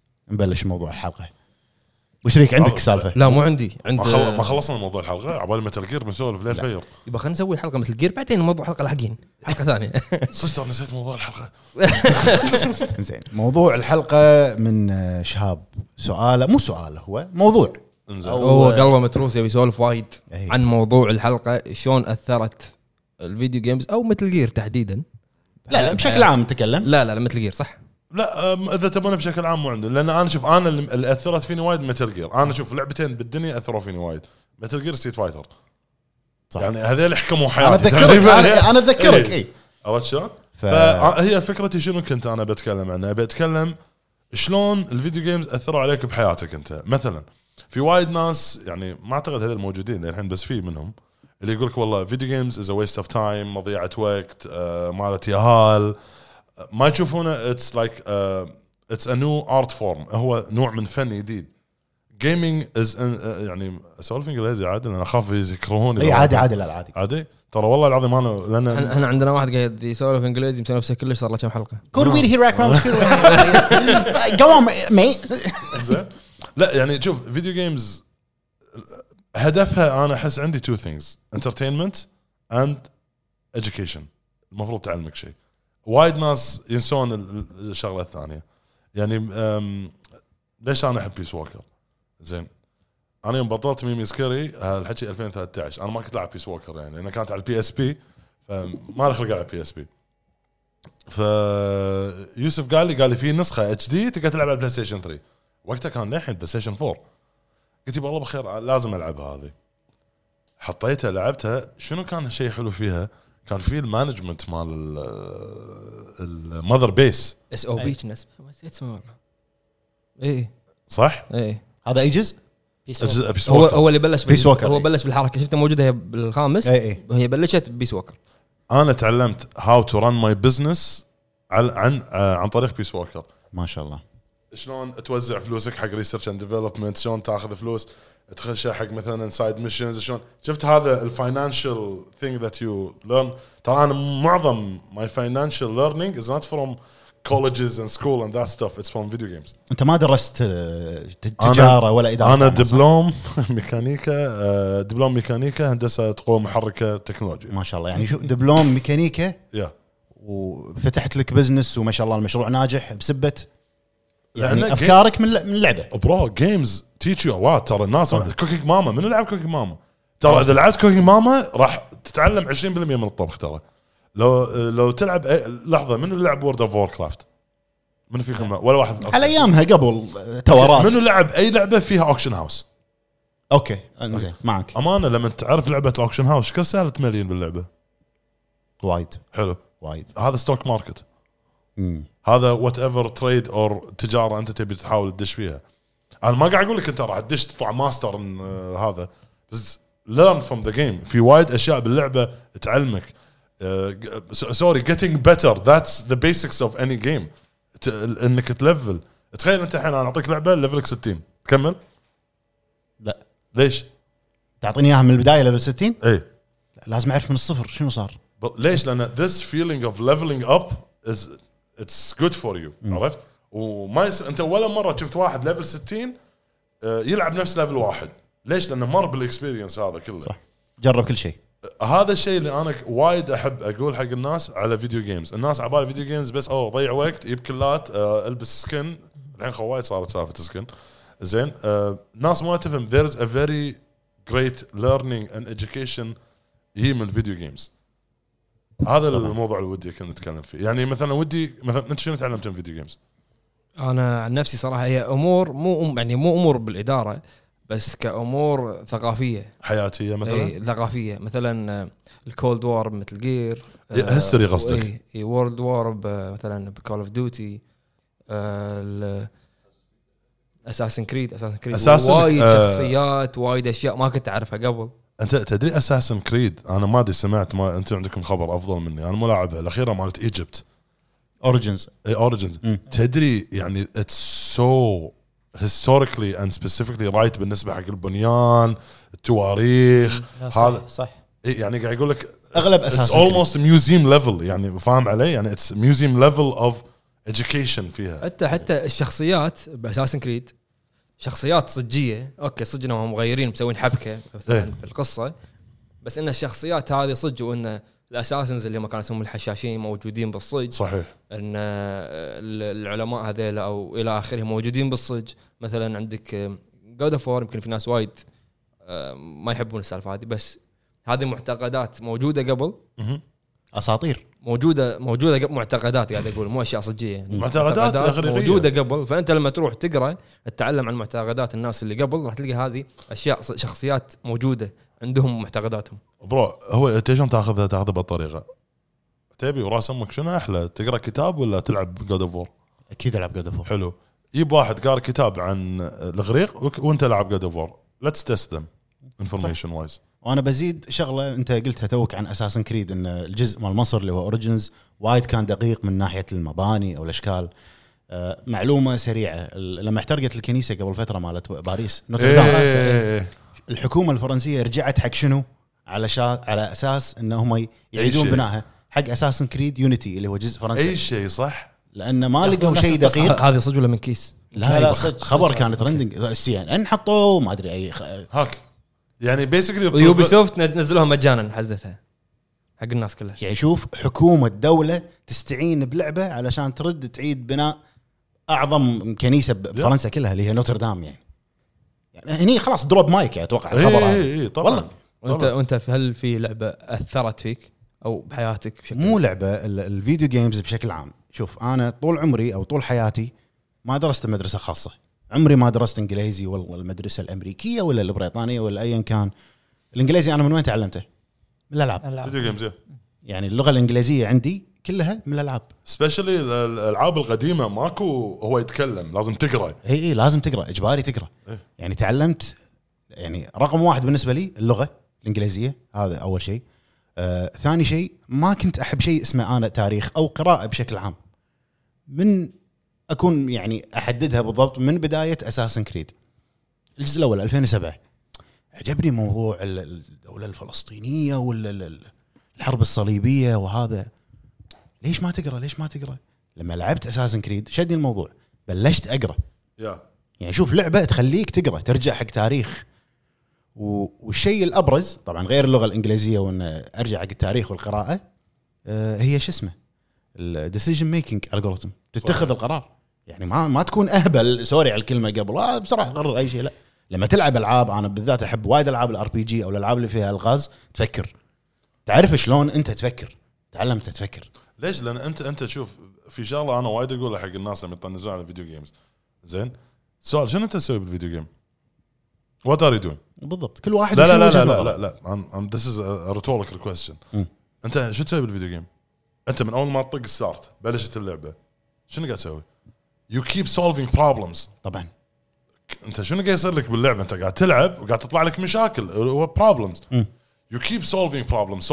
وشريك عندك سالفه؟ لا مو عندي. ما خلصنا موضوع الحلقه عبالي متل جير بنسولف ليل فير. يبقى خلينا نسوي حلقه مثل جير بعدين موضوع حلقه لاحقين حلقه ثانيه. صدق نسيت موضوع الحلقه. زين موضوع الحلقه من شهاب. سؤاله مو سؤاله هو موضوع. هو قلبه متروس يبي يسولف وايد عن موضوع الحلقه شلون اثرت الفيديو جيمز او متل جير تحديدا. لا بشكل عام نتكلم. لا متل جير صح. لا اذا تبون بشكل عام مو عندي لان انا شوف انا اللي اثرت فيني وايد متل جير. انا اشوف لعبتين بالدنيا اثروا فيني وايد متل جير ستريت فايتر. صح. يعني هذول حكموا حياتي. انا اتذكرك اي عرفت شلون. فهي فكرتي شنو كنت انا بتكلم عنها. بتكلم شلون الفيديو جيمز اثروا عليك بحياتك انت. مثلا في وايد ناس يعني ما اعتقد هذول الموجودين الحين بس في منهم اللي يقول لك والله فيديو جيمز از ا ويست اوف تايم مضيعه وقت مالت ياهال. ما يشوفونه اتس لايك اتس ا نيو ارت فورم. هو نوع من فن جديد. جيمنج از يعني اسولف انجليزي عادي انا اخاف يذكروني. اي عادي لا عادي ترى والله العظيم انا لان احنا عندنا واحد قاعد يسولف انجليزي مسوي نفسه كلش صار له كم حلقه. كود وير هير راكراوند جو اون مي. لا يعني شوف فيديو جيمز هدفها انا احس عندي تو ثينجز انترتينمنت اند education. المفروض تعلمك شيء. وايد ناس ينسون الشغله الثانيه. يعني ليش انا احب بيس ووكر. زين انا يوم بطلت ميمي سكري الحكي 2013 انا ما كنت العب بيس ووكر يعني انا كانت على البي اس بي فما لي خلق العب بي اس بي. فيوسف قال لي في نسخه اتش دي تقدر تلعب على بلاي ستيشن 3. وقتها كان للحين بلاي ستيشن 4. قلت والله بخير لازم العبها هذه. حطيتها لعبتها. شنو كان شيء حلو فيها؟ كان في المانجمنت مال المذر بيس اس او بي نسبه ما نسيت اسمه اي صح. هذا ايجز هو اللي بلش بيس ووكر. هو بلش بالحركه شفتها موجوده هي بالخامس. وهي بلشت بيس ووكر. انا تعلمت هاو تو ران ماي بزنس عن طريق بيس ووكر. ما شاء الله. شلون توزع فلوسك حق ريسيرش اند ديفلوبمنت، شلون تاخذ فلوس تخشها حق مثلا سايد ميشنز، شلون شفت هذا الفاينانشال ثينج ذات يو ليرن. ترى انا معظم ماي فاينانشال ليرنينج از نوت فروم colleges and school and that stuff, it's from video games. انت ما درست تجاره ولا اداره؟ انا دبلوم ميكانيكا، دبلوم ميكانيكا هندسه قوه محركه تكنولوجيا. ما شاء الله. يعني شو دبلوم ميكانيكا وفتحت لك بزنس وما شاء الله المشروع ناجح بسبه يعني افكارك من اللعبه. برو جيمز تيتش يو لات. ترى الناس كوكينج ماما، من لعب كوكينج ماما؟ ترى اذا لعبت كوكينج ماما راح تتعلم 20% من الطبخ. ترى لو تلعب لحظه، من لعب وورد اوف ووركرافت؟ من فيكم ولا واحد على ايامها قبل تورات؟ منو لعب اي لعبه فيها اوكشن هاوس؟ اوكي زين معك. امانه لما تعرف لعبه اوكشن هاوس كل سهل تملين باللعبه. وايد حلو وايد. هذا ستوك ماركت. هذا وات ايفر تريد او تجاره انت تبي تحاول تدش فيها. انا ما قاعد اقول لك انت راح تدش تطلع ماستر هذا، بس learn from the game. في وايد اشياء باللعبه تعلمك. sorry getting better, that's the basics of any game. انك تلفل. تخيل انت الحين انا اعطيك لعبه ليفلك 60 تكمل؟ لا. ليش تعطيني اياها من البدايه ليفل 60؟ اي لازم اعرف من الصفر شنو صار. ليش؟ لان this feeling of leveling up is it's good for you. عرفت؟ وما انت ولا مره شفت واحد ليفل 60 يلعب نفس ليفل واحد. ليش؟ لانه مر بالاكسبيرينس هذا كله. صح. جرب كل شيء. هذا الشيء اللي انا وايد احب اقول حق الناس على فيديو جيمز. الناس عبالي فيديو جيمز بس ضيع وقت، يجيب كلات، البس سكن. الحين وايد صارت سالفه سكن. زين ناس ما تفهم there is a very great learning and education هي من الفيديو جيمز. هذا طبعا الموضوع اللي ودي كنت اتكلم فيه. يعني مثلا ودي مثلا انت شنو تعلمت من فيديو جيمز؟ انا عن نفسي صراحه هي امور مو امور بالاداره، بس كأمور ثقافية حياتية مثلا. ثقافية مثلا الكولد وور مثل جير هيستوري قصدك. وورلد وور مثلا بكول اوف ديوتي، اساسن كريد وايد شخصيات وايد اشياء ما كنت اعرفها قبل. انت تدري اساسن كريد انا ما ادري سمعت، ما انتم عندكم خبر افضل مني، انا مو لاعبها الاخيره مالت ايجيبت اوريجنز. تدري يعني اتس سو historically and specifically right بالنسبه حق البنيان التواريخ. هذا صح. يعني قاعد يقول لك اغلب اساسا almost museum level. يعني فاهم علي؟ يعني it's museum level of education فيها. حتى الشخصيات باساسن كريد شخصيات صجيه. اوكي صدق انهم مغيرين مسوين حبكه في القصه، بس ان الشخصيات هذه صدق، وان الاساسنز اللي هم كانوا يسمون الحشاشين موجودين بالصج. صحيح. ان العلماء هذيل او الى اخره موجودين بالصج. مثلا عندك جود اوف وور، يمكن في ناس وايد ما يحبون السالفه هذه، بس هذه معتقدات موجوده قبل. اساطير موجوده معتقدات قاعد اقول مو اشياء صجيه يعني. معتقدات اغريقيه موجوده قبل. فانت لما تروح تقرا تتعلم عن معتقدات الناس اللي قبل راح تلقى هذه اشياء شخصيات موجوده عندهم معتقداتهم. برو هو تيجون تاخذها بالطريقه تبي وراس امك شنو احلى، تقرا كتاب ولا تلعب جود اوف وور؟ اكيد العب جود اوف وور. حلو. يجيب واحد قارئ كتاب عن الاغريق وانت لعب جود اوف وور، ليتس تيست ذم انفورميشن وايز. وانا بزيد شغله انت قلتها توك عن اساسن كريد، ان الجزء مال مصر اللي هو اوريجنز وايد كان دقيق من ناحيه المباني او الاشكال. معلومه سريعه، لما احترقت الكنيسه قبل فتره مالت باريس نوتردام، الحكومه الفرنسيه رجعت حق شنو؟ على اساس انهم يعيدون بنائها حق اساسن كريد يونيتي اللي هو جزء فرنسي. اي شيء صح. لان ما لقوا شيء دقيق. هذه صدق ولا من كيس؟ لا خبر كان ترندنج سي ان حطوه ما ادري اي هاك. يعني بيسكلي يوبي سوفت نزلوها مجانا حزتها حق الناس كلها. يعني شوف حكومه دوله تستعين بلعبه علشان ترد تعيد بناء اعظم كنيسه بفرنسا كلها اللي هي نوتردام. يعني هني خلاص دروب مايك يعني اتوقع الخبر هذا. اي طبعا. وانت هل في لعبه اثرت فيك او بحياتك بشكل؟ مو لعبه، الفيديو جيمز بشكل عام. شوف انا طول عمري او طول حياتي ما درست مدرسه خاصه، عمري ما درست انجليزي ولا المدرسه الامريكيه ولا البريطانيه ولا ايا كان. الانجليزي انا من وين تعلمته؟ من الالعاب. فيديو جيمز يعني اللغه الانجليزيه عندي كلها من الالعاب. سبيشلي الالعاب القديمه ماكو هو يتكلم، لازم تقرا. اي لازم تقرا، اجباري تقرا. يعني تعلمت، يعني رقم واحد بالنسبه لي اللغه الانجليزيه، هذا اول شيء. ثاني شيء ما كنت احب شيء اسمه انا تاريخ او قراءه بشكل عام، من اكون يعني احددها بالضبط من بدايه اساسن كريد الجزء الاول 2007. عجبني موضوع الدوله الفلسطينيه والحرب الصليبيه وهذا. ليش ما تقرا؟ لما لعبت اساسن كريد شدني الموضوع، بلشت اقرا. يعني شوف لعبه تخليك تقرا، ترجع حق تاريخ. والشيء الابرز طبعا غير اللغه الانجليزيه وان ارجع حق التاريخ والقراءه، هي شو اسمه الديسيجن ميكينج الجوريثم، تتخذ القرار. يعني ما تكون اهبل، سوري على الكلمه قبل، بسرعه قرر اي شيء. لا، لما تلعب العاب، انا بالذات احب وايد العاب الار بي جي او الالعاب اللي فيها الغاز، تفكر، تعرف شلون انت تفكر، تعلمت تفكر. ليش؟ لان انت شوف في شغله انا وايد اقولها حق الناس لما يطنزون على الفيديو جيمز. زين، سؤال، شنو انت تسوي بالفيديو جيم؟ وات ار يو دوينج بالضبط؟ كل واحد لا لا لا لا لا لا this is a rhetorical question. انت شو تسوي بالفيديو جيم؟ انت من اول ما تطق ستارت بلشت اللعبه شنو قاعد تسوي؟ you keep solving problems. طبعا انت شنو قاعد يصير لك باللعبه؟ انت قاعد تلعب وقاعد تطلع لك مشاكل، هو problems. you keep solving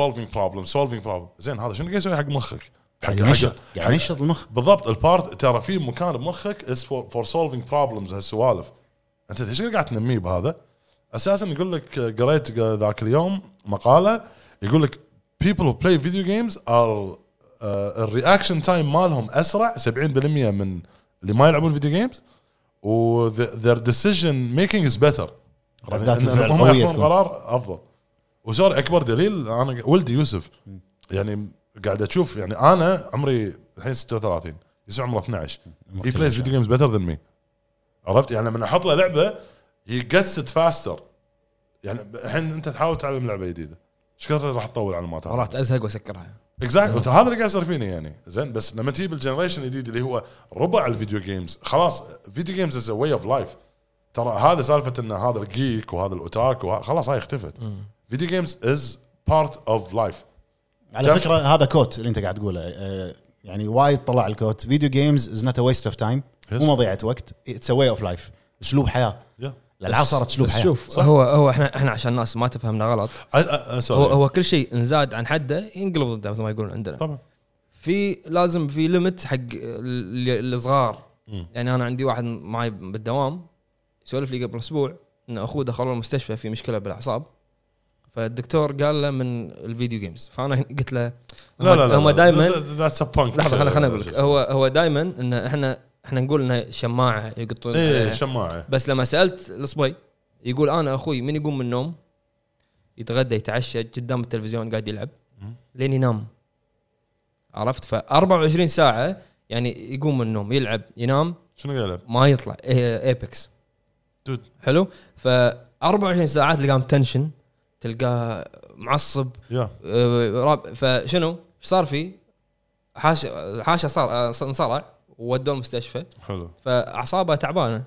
problem. زين، هذا شنو قاعد يسوي حق مخك؟ قاعد ينشط المخ. بالضبط، البارت ترى في مكان بمخك is for solving problems. هالسوالف انت ايش قاعد تنميه بهذا اساسا. يقول لك قريت ذاك اليوم مقاله يقول لك people who play video games are الرياكشن تايم مالهم اسرع 70% من اللي ما يلعبون فيديو جيمز، و their decision making is better. ردات الفعل هم قويه ياخذون قرار افضل. وصار اكبر دليل انا ولدي يوسف، يعني قاعد اشوف، يعني انا عمري الحين 36، يوسف عمره 12. he plays video games better than me. عرفت؟ يعني لما احط له لعبه he gets it faster. يعني الحين انت تحاول تعلم لعبه جديده، ايش كثر راح تطول على ما تعرف؟ مرات ازهق واسكرها. اكزاكتلي، هذا اللي قاعد يصير فيني يعني. زين، بس لما تجيب الجنريشن الجديد اللي هو ربع الفيديو جيمز، خلاص فيديو جيمز از ا واي اوف لايف. ترى هذا سالفه ان هذا الجيك وهذا الاوتاك خلاص هاي اختفت. فيديو جيمز از بارت اوف لايف. على فكره هذا كوت اللي انت قاعد تقوله، يعني وايد طلع الكوت. فيديو جيمز از نوت ا ويست اوف تايم، مو مضيعه وقت، اتس ا واي اوف لايف، اسلوب حياه. الالعاب صارت اسلوب حياه. شوف، هو احنا عشان الناس ما تفهمنا غلط، هو كل شيء انزاد عن حده ينقلب ضده مثل ما يقولون عندنا. طبعا لازم في ليميت حق الصغار. يعني انا عندي واحد معي بالدوام يسولف لي قبل اسبوع ان اخوه دخل المستشفى في مشكله بالاعصاب، فالدكتور قال له من الفيديو جيمز. فانا قلت له لا هم دائما ذاتس ا بانك. لحظه خليني اقول لك، هو دائما ان احنا نقول انه شماعه يقطون شماعه. بس لما سالت الصبي يقول انا اخوي من يقوم من النوم يتغدى يتعشى قدام التلفزيون قاعد يلعب لين ينام. عرفت؟ ف 24 ساعه يعني يقوم من النوم يلعب ينام. شنو قاعد يلعب؟ ما يطلع ايبكس دود. حلو. ف 24 ساعه تلقاه تنشن، تلقاه معصب. فشنو ايش صار فيه؟ حاشا صار انصرع وودوه المستشفى. حلو. فاعصابه تعبانه.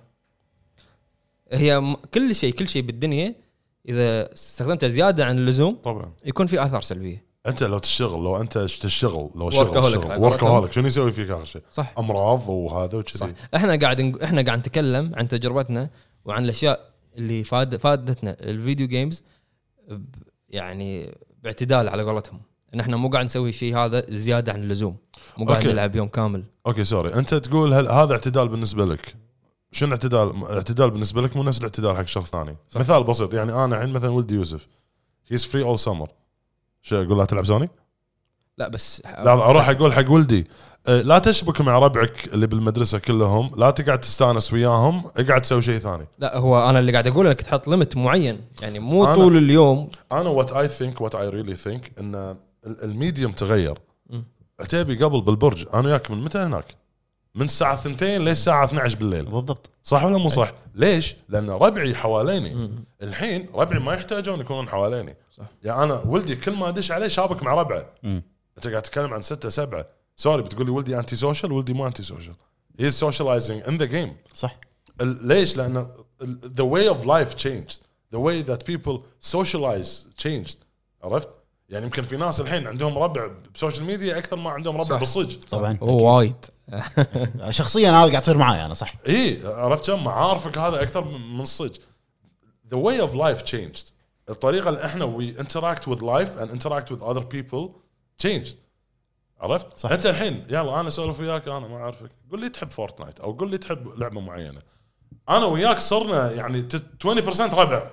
هي كل شيء بالدنيا اذا استخدمته زياده عن اللزوم طبعا يكون في اثار سلبيه. انت لو تشتغل لو وركهوليك شنو يسوي فيك اخر شيء؟ صح. امراض وهذا وكذي. احنا قاعد نتكلم عن تجربتنا وعن الاشياء اللي فادتنا الفيديو جيمز، يعني باعتدال على قولتهم، ان احنا مو قاعد نسوي شيء هذا زياده عن اللزوم، مو قاعد نلعب يوم كامل. اوكي سوري، انت تقول هذا اعتدال بالنسبه لك. شنو اعتدال بالنسبه لك مو نفس الاعتدال حق شخص ثاني. صح. مثال بسيط، يعني انا عند مثلا ولدي يوسف هيز فري اول سمر، شو اقول له تلعب سوني؟ لا بس لا، اروح اقول حق ولدي لا تشبك مع ربعك اللي بالمدرسه كلهم، لا تقعد تستانس وياهم، اقعد تسوي شيء ثاني. لا، هو انا اللي قاعد اقول لك تحط ليميت معين، يعني مو طول اليوم. انا وات اي ريلي ثينك ان الميديوم تغير. عتيبي قبل بالبرج انا وياك من متى هناك؟ من الساعه 2 للساعه 12 بالليل بالضبط. صح ولا مو صح؟ ليش؟ لان ربعي حواليني. الحين ربعي ما يحتاجون يكونون حواليني. صح. يعني انا ولدي كل ما ادش عليه شابك مع ربعه. انت قاعد تتكلم عن 6 7. سوري بتقول لي ولدي انتي سوشيال، ولدي مو انتي سوشيال، هي سوشيالايزنج ان ذا جيم. صح. ليش؟ لان the way of life changed. the way that people socialize changed. عرفت يعني يمكن في ناس الحين عندهم ربع بسوشيال ميديا اكثر ما عندهم ربع بالصج طبعا وايد شخصيا هذا قاعد تصير معي انا صح عرفت كم معارفك هذا اكثر من الصج. the way of life changed. الطريقه اللي احنا we interact with life and interact with other people changed. عرفت صح. انت الحين يلا انا اسولف وياك انا ما اعرفك قول لي تحب فورتنايت او قول لي تحب لعبه معينه انا وياك صرنا يعني 20% ربع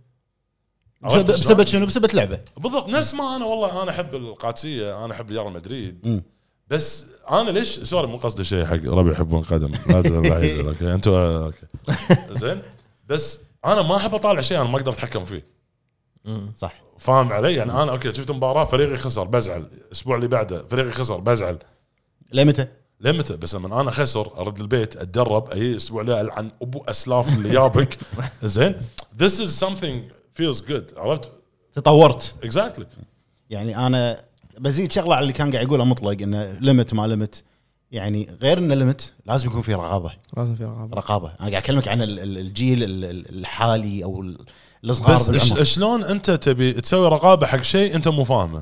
بسبب شنو بسبب لعبه بالضبط نفس ما انا والله انا احب القادسيه انا احب ريال مدريد بس انا ليش سوري مو قصدي شيء حق ربع يحبون قدم لا تزعل اوكي انتوا اوكي زين بس انا ما احب اطالع شيء انا ما اقدر اتحكم فيه صح فاهم علي يعني انا اوكي شفت مباراه فريقي خسر بزعل الاسبوع اللي بعده فريقي خسر بزعل لمتى بس لما انا خسر ارد البيت اتدرب اي اسبوع لا العن ابو اسلاف اللي جابك زين this is something feels good عرفت تطورت exactly يعني انا بزيد شغله على اللي كان قاعد يقوله مطلق انه ليمت ما ليمت يعني غير انه ليمت لازم يكون في رقابه انا قاعد اكلمك عن الجيل الحالي او الصغار بس شلون انت تبي تسوي رقابه حق شيء انت مو فاهمه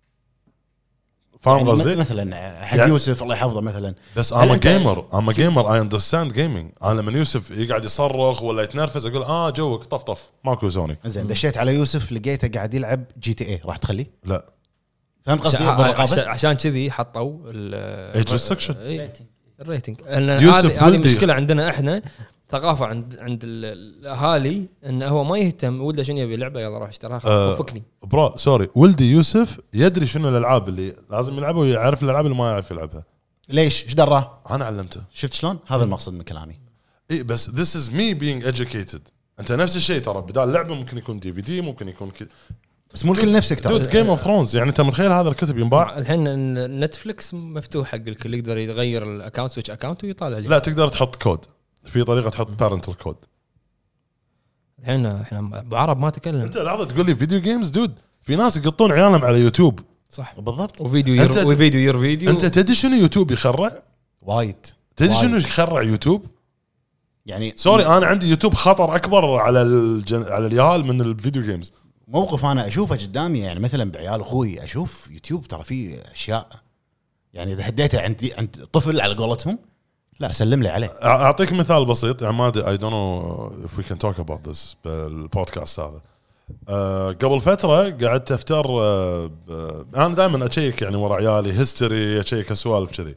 فاهم يعني قصدي مثلا حق يعني يوسف الله يحفظه مثلا بس I'm a gamer I understand gaming انا لما يوسف يقعد يصرخ ولا يتنرفز اقول جوك طف ماكو زوني زين دشيت على يوسف لقيته قاعد يلعب GTA راح تخليه لا فهمت قصدي عشان كذي حطوا ايج ريستركشن الريتنج هذه مشكله عندنا احنا ثقافه عند الاهالي انه هو ما يهتم ولده شنو يبي لعبه يلا روح اشتراها فكني برا سوري ولدي يوسف يدري شنو الالعاب اللي لازم يلعبها ويعرف الالعاب اللي ما يعرف يلعبها ليش ايش دراه انا علمته شفت شلون هذا المقصد من كلامي اي بس this is me being educated انت نفس الشيء ترى بدال لعبه ممكن يكون DVD ممكن يكون بس مو الكل نفسك ترى جيم اوف ثرونز يعني انت متخيل هذا الكتب ينباع الحين نتفلكس مفتوح حق الكل يقدر يغير الاكونت سويتش اكونت ويطالع عليه لا تقدر تحط كود في طريقه تحط بارنتال كود الحين احنا بعرب ما تكلم انت لحظه تقول لي فيديو جيمز دود في ناس يقطون عيالهم على يوتيوب صح بالضبط وفيديو انت تدري شنو يوتيوب يخرع وايد تدري شنو يخرع يوتيوب يعني سوري انا عندي يوتيوب خطر اكبر على على اليال من الفيديو جيمز موقف انا اشوفه قدامي يعني مثلا بعيال اخوي اشوف يوتيوب ترى فيه اشياء يعني اذا هديته عند طفل على قولتهم لا سلم لي عليه اعطيك مثال بسيط يا عماد I don't know if we can talk about this بالبودكاست هذا قبل فتره قعدت افتر انا دائما اشيك يعني ورا عيالي هيستوري اشيك اسوالف كذي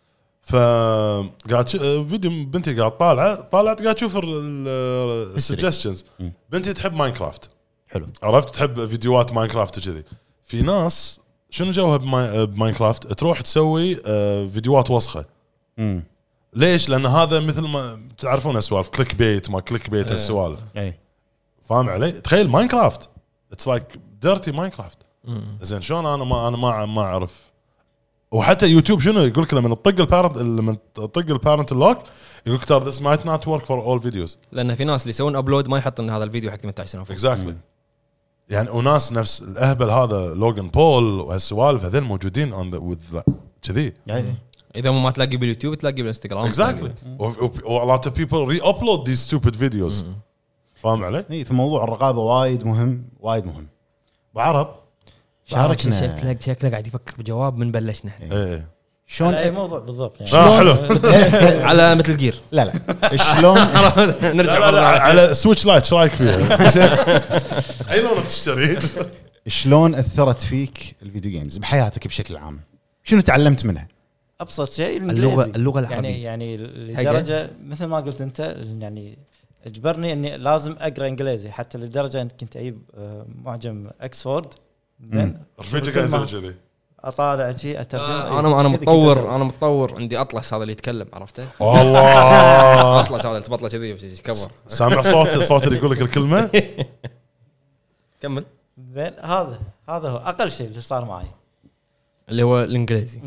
فقاعد فيديو بنتي قاعد طالعت قاعد تشوف السجستشنز بنتي تحب ماينكرافت حلو عرفت تحب فيديوهات ماينكرافت وكذي في ناس شنو جوها بماينكرافت تروح تسوي فيديوهات وسخه ليش لان هذا مثل ما تعرفون اسوالف كليك بيت ما كليك بيت السوالف فاهم علي تخيل ماينكرافت اتس لايك ديرتي ماينكرافت زين شلون انا ما اعرف وحتى يوتيوب شنو يقول لك لما تطق البارنت اللوك يقول لك ترى this might not work for all videos لان في ناس اللي يسوون ابلود ما يحط ان هذا الفيديو حق 18 سنه exactly يعني وناس نفس الاهبل هذا لوغان بول وهالسوالف هذول موجودين with كذي يعني اذا ما تلاقي باليوتيوب تلاقي بالانستغرام exactly a lot of people re-upload these stupid videos فاهم علي اي في موضوع الرقابه وايد مهم وعرب شاركنا شكلك قاعد يفكر بجواب من بلشنا ايه شلون اي موضوع بالضبط يعني حلو على مثل جير لا شلون نرجع على سويتش لايت ايش رايك فيها اي لون بتشتري شلون اثرت فيك الفيديو جيمز بحياتك بشكل عام شنو تعلمت منها ابسط شيء اللغه العربيه يعني لدرجه مثل ما قلت انت يعني اجبرني اني لازم اقرا انجليزي حتى لدرجه ان كنت اجيب معجم اكسفورد زين رفيجي كان يسوي كذي اطالع شيء اترجم انا متطور عندي اطلس هذا اللي يتكلم عرفته والله اطلس هذا تبطله كذي كفر سامع صوت اللي يقول لك الكلمه كمل زين هذا هو اقل شيء اللي صار معي اللي هو الانجليزي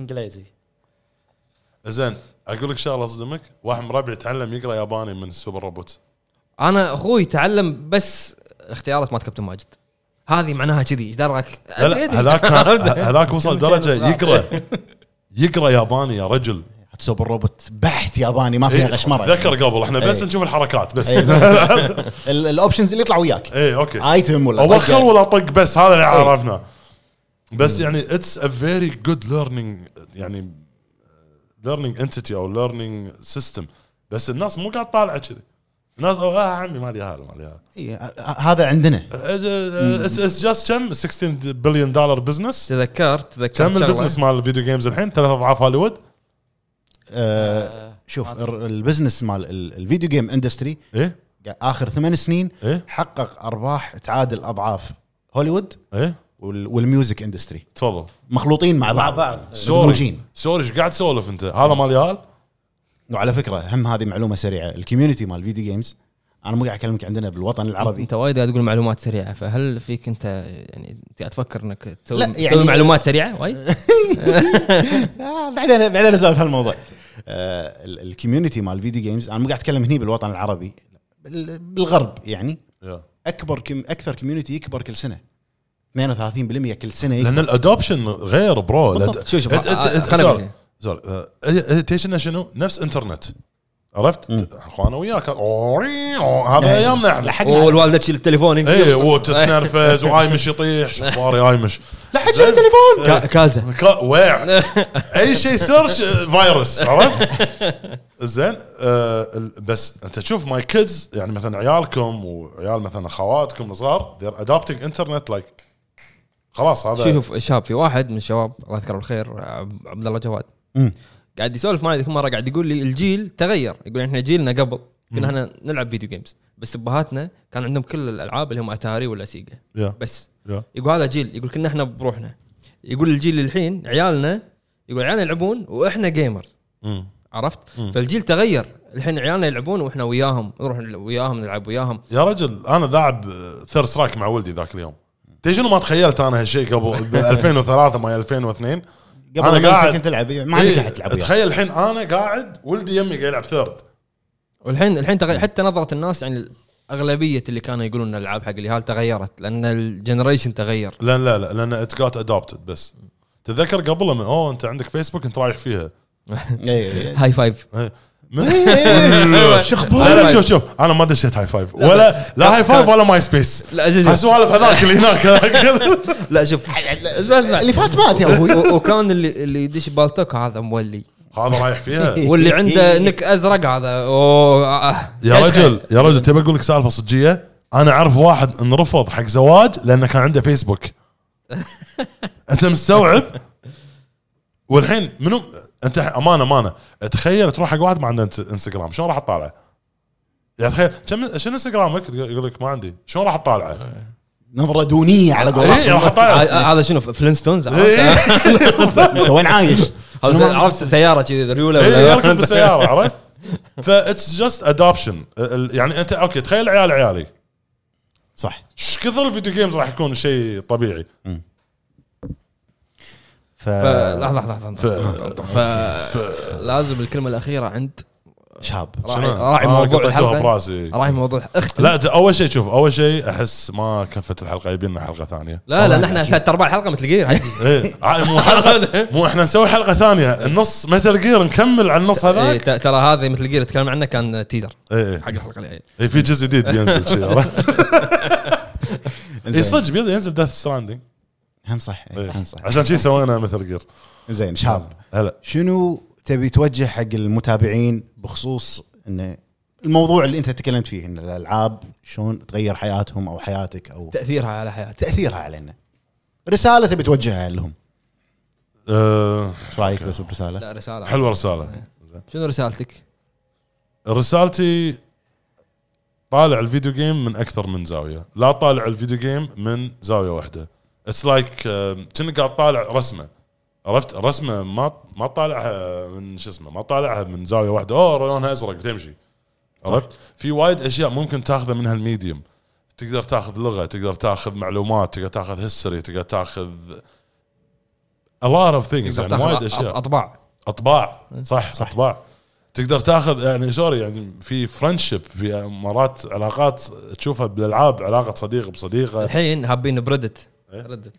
زين اقول لك شغله اصدمك واحد من ربعي يتعلم يقرا ياباني من السوبر روبوت انا اخوي تعلم بس اختيارات مات كابتن ماجد هذه معناها كذي ايش درك هذاك وصل درجه يقرا ياباني يا رجل سوبر روبوت بحت ياباني ما فيها غشمره. ذكر قبل احنا بس نشوف الحركات بس الاوبشنز اللي يطلعوا وياك اوكي ايتم ولا اوخر ولا طق بس هذا اللي عرفنا. بس يعني اتس ا فيري جود ليرنينج يعني ليرنينج انتيتي او ليرنينج سيستم. بس الناس مو قاعد طالعه كذي. الناس عمي مالي هذا عندنا اتس جاست كم 16 بليون دولار بزنس. تذكرت كم البزنس مال الفيديو جيمز الحين 3 اضعاف هوليوود. شوف البزنس مال الفيديو جيم اندستري ايه اخر 8 سنين إيه؟ حقق ارباح تعادل اضعاف هوليوود ايه والميوزك اندستري تفضل مخلوطين مع بعض مدموجين. سوري ايش قاعد تسولف انت؟ هذا ماليال. وعلى فكره هم هذه معلومه سريعه الكوميونتي مال الفيديو جيمز انا مو قاعد اكلمك عندنا بالوطن العربي. انت وايد قاعد تقول معلومات سريعه فهل فيك انت يعني قاعد تفكر انك تسوي يعني معلومات سريعه وايد؟ بعدين نسولف هالموضوع. الكوميونتي مال الفيديو جيمز انا مو قاعد اتكلم هني بالوطن العربي بالغرب يعني اكثر كوميونتي يكبر كل سنه 32% كل سنه يكبر. لان الادوبشن غير برو. شوف خليني تيشنا شنو نفس انترنت عرفت اخوانا وياك هذا ايامنا احنا والوالده تشيل التليفون ايه وتتنرفز وعايمش يطيح شخباري عايمش لا حد شيل التليفون كازا واع اي شيء سيرش فيروس عرفت زين. بس انت تشوف ماي كيدز يعني مثلا عيالكم وعيال مثلا اخواتكم الصغار they're adopting internet like خلاص. هذا شوف الشاب في واحد من الشباب الله يذكره بالخير عبد الله جواد قاعد يسولف معي ذيك المره قاعد يقول لي الجيل تغير. يقول احنا جيلنا قبل كنا احنا نلعب فيديو جيمز بس ابهاتنا كان عندهم كل الالعاب اللي هم اتاري ولا سيجا بس يقول هذا جيل يقول كنا احنا بروحنا. يقول الجيل الحين عيالنا يقول عيالنا يلعبون واحنا جيمر عرفت. فالجيل تغير الحين عيالنا يلعبون واحنا وياهم نروح وياهم نلعب وياهم. يا رجل انا لاعب ثيرد سترايك مع ولدي ذاك اليوم. تدري شنو ما تخيلت انا هالشيء قبل 2003 ما 2002 قبل ما كنت تلعب ما نجحت تلعب. تخيل الحين انا قاعد ولدي يمي قاعد يلعب ثيرد. والحين حتى نظرة الناس يعني اغلبيه اللي كانوا يقولون ان الالعاب حق اليهال تغيرت لان الجنريشن تغير. لا لان ات جات ادوبتد. بس تذكر قبل لما انت عندك فيسبوك انت رايح فيها هاي فايف لا شوف انا ما دشيت هاي فايف ولا لا هاي فايف ولا ماي سبيس. لا سوالف هذاك اللي هناك لا شوف اسمع اللي فات مات يا ابوي. وكان اللي يدش بالتوك هذا مولي هذا رايح فيها واللي عنده نك ازرق هذا يا رجل تبي اقول لك سالفه صجيه. انا اعرف واحد انرفض حق زواج لانه كان عنده فيسبوك. انت مستوعب؟ والحين منو انت امانه تخيل تروح حق واحد ما عنده انستغرام شلون راح تطالعه؟ يعني تخيل شنو انستغرامك يقول لك ما عندي شلون راح تطالعه؟ نظره دونيه على قولتهم. هذا شنو فلينستونز انت وين عايش؟ عرفت سياره كذي ريوله ولا يركب بالسياره عرفت؟ فاتس جاست ادوبشن. يعني انت اوكي تخيل عيالي صح ايش كثر الفيديو جيمز راح يكون شيء طبيعي. لحظه لازم الكلمه الاخيره عند شاب راعي موضوع الحلقه براسي. راعي موضوع اختي. لا اول شيء شوف اول شيء احس ما كفت الحلقه يبي لنا حلقه ثانيه. لا لان احنا 3/4 الحلقه مثل جير عادي. مو حلقه مو احنا نسوي حلقه ثانيه النص مثل جير نكمل على النص هذاك. ترى هذه مثل جير نتكلم عنه كان تيزر حق الحلقه اللي في جزء جديد بينزل شيء. صدق ينزل ديث ستراندينج هم صح هم صح عشان شيء سوينا مثل جير. زين شاب هلا شنو تبي توجه حق المتابعين بخصوص ان الموضوع اللي انت تكلمت فيه ان الالعاب شلون تغير حياتهم او حياتك او تاثيرها على حياتك تاثيرها علينا رساله تبي توجهها لهم؟ ايش رايك بس برساله؟ لا رساله حلوه رساله. شنو رسالتك؟ رسالتي طالع الفيديو جيم من اكثر من زاويه. لا طالع الفيديو جيم من زاويه واحده. اتس لايك كأنك قاعد طالع رسمه عرفت. الرسمه ما طالعها من شو اسمه ما طالعها من زاويه واحده لونها ازرق وتمشي عرفت. في وايد اشياء ممكن تاخذها من هالميديوم. تقدر تاخذ لغه تقدر تاخذ معلومات تقدر تاخذ هيستوري تقدر تاخذ a lot of things يعني وايد اشياء. اطباع صح اطباع تقدر تاخذ يعني سوري يعني في فريندشيب في مرات علاقات تشوفها بالالعاب علاقه صديق بصديقه. الحين هابين بردت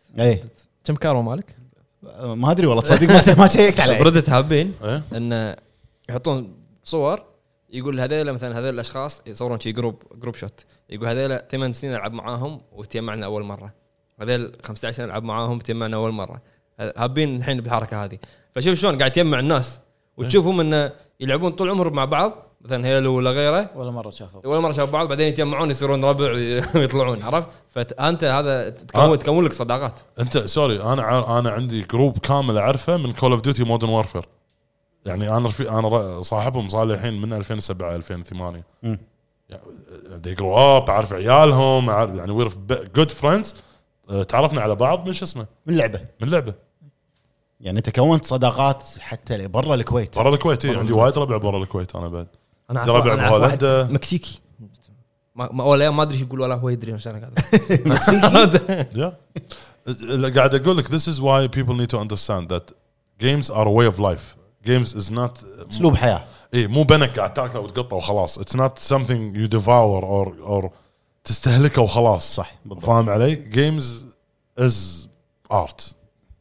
كم كارو مالك؟ ما ادري والله تصدق ما شيكت عليه. بردت هابين ان يحطون صور يقول هذول مثلا هذول الاشخاص يصورون شي جروب شوت يقول هذول 8 سنين العب معاهم وتجمعنا اول مره هذول 15 سنه العب معاهم وتجمعنا اول مره هابين الحين بالحركه هذه فشوف شلون قاعد يجمع الناس وتشوفهم انه يلعبون طول عمرهم مع بعض مثلا هيلو ولا غيره ولا مره شافوا بعض بعدين يتجمعون يصيرون ربع ويطلعون عرفت فانت هذا تكون لك صداقات انت سوري انا عندي جروب كامل اعرفه من كول اوف ديوتي مودرن وارفير يعني انا صاحبهم صار لي الحين من 2007 2008 يعني they grow up اعرف عيالهم يعني وير جود فريندز تعرفنا على بعض من شو اسمه من لعبه يعني تكونت صداقات حتى برا الكويت عندي وايد ربع برا الكويت انا بعد انا ربع بهولندا مكسيكي ما ولا ما ادري ايش يقول ولا هو يدري عشان هذا مكسيكي قاعد اقول لك this is why people need to understand that games are a way of life games is not اسلوب حياه مو بنك قاعد تاكله وتقطه وخلاص it's not something you devour or تستهلكه وخلاص صح بالضبط. فاهم علي games is art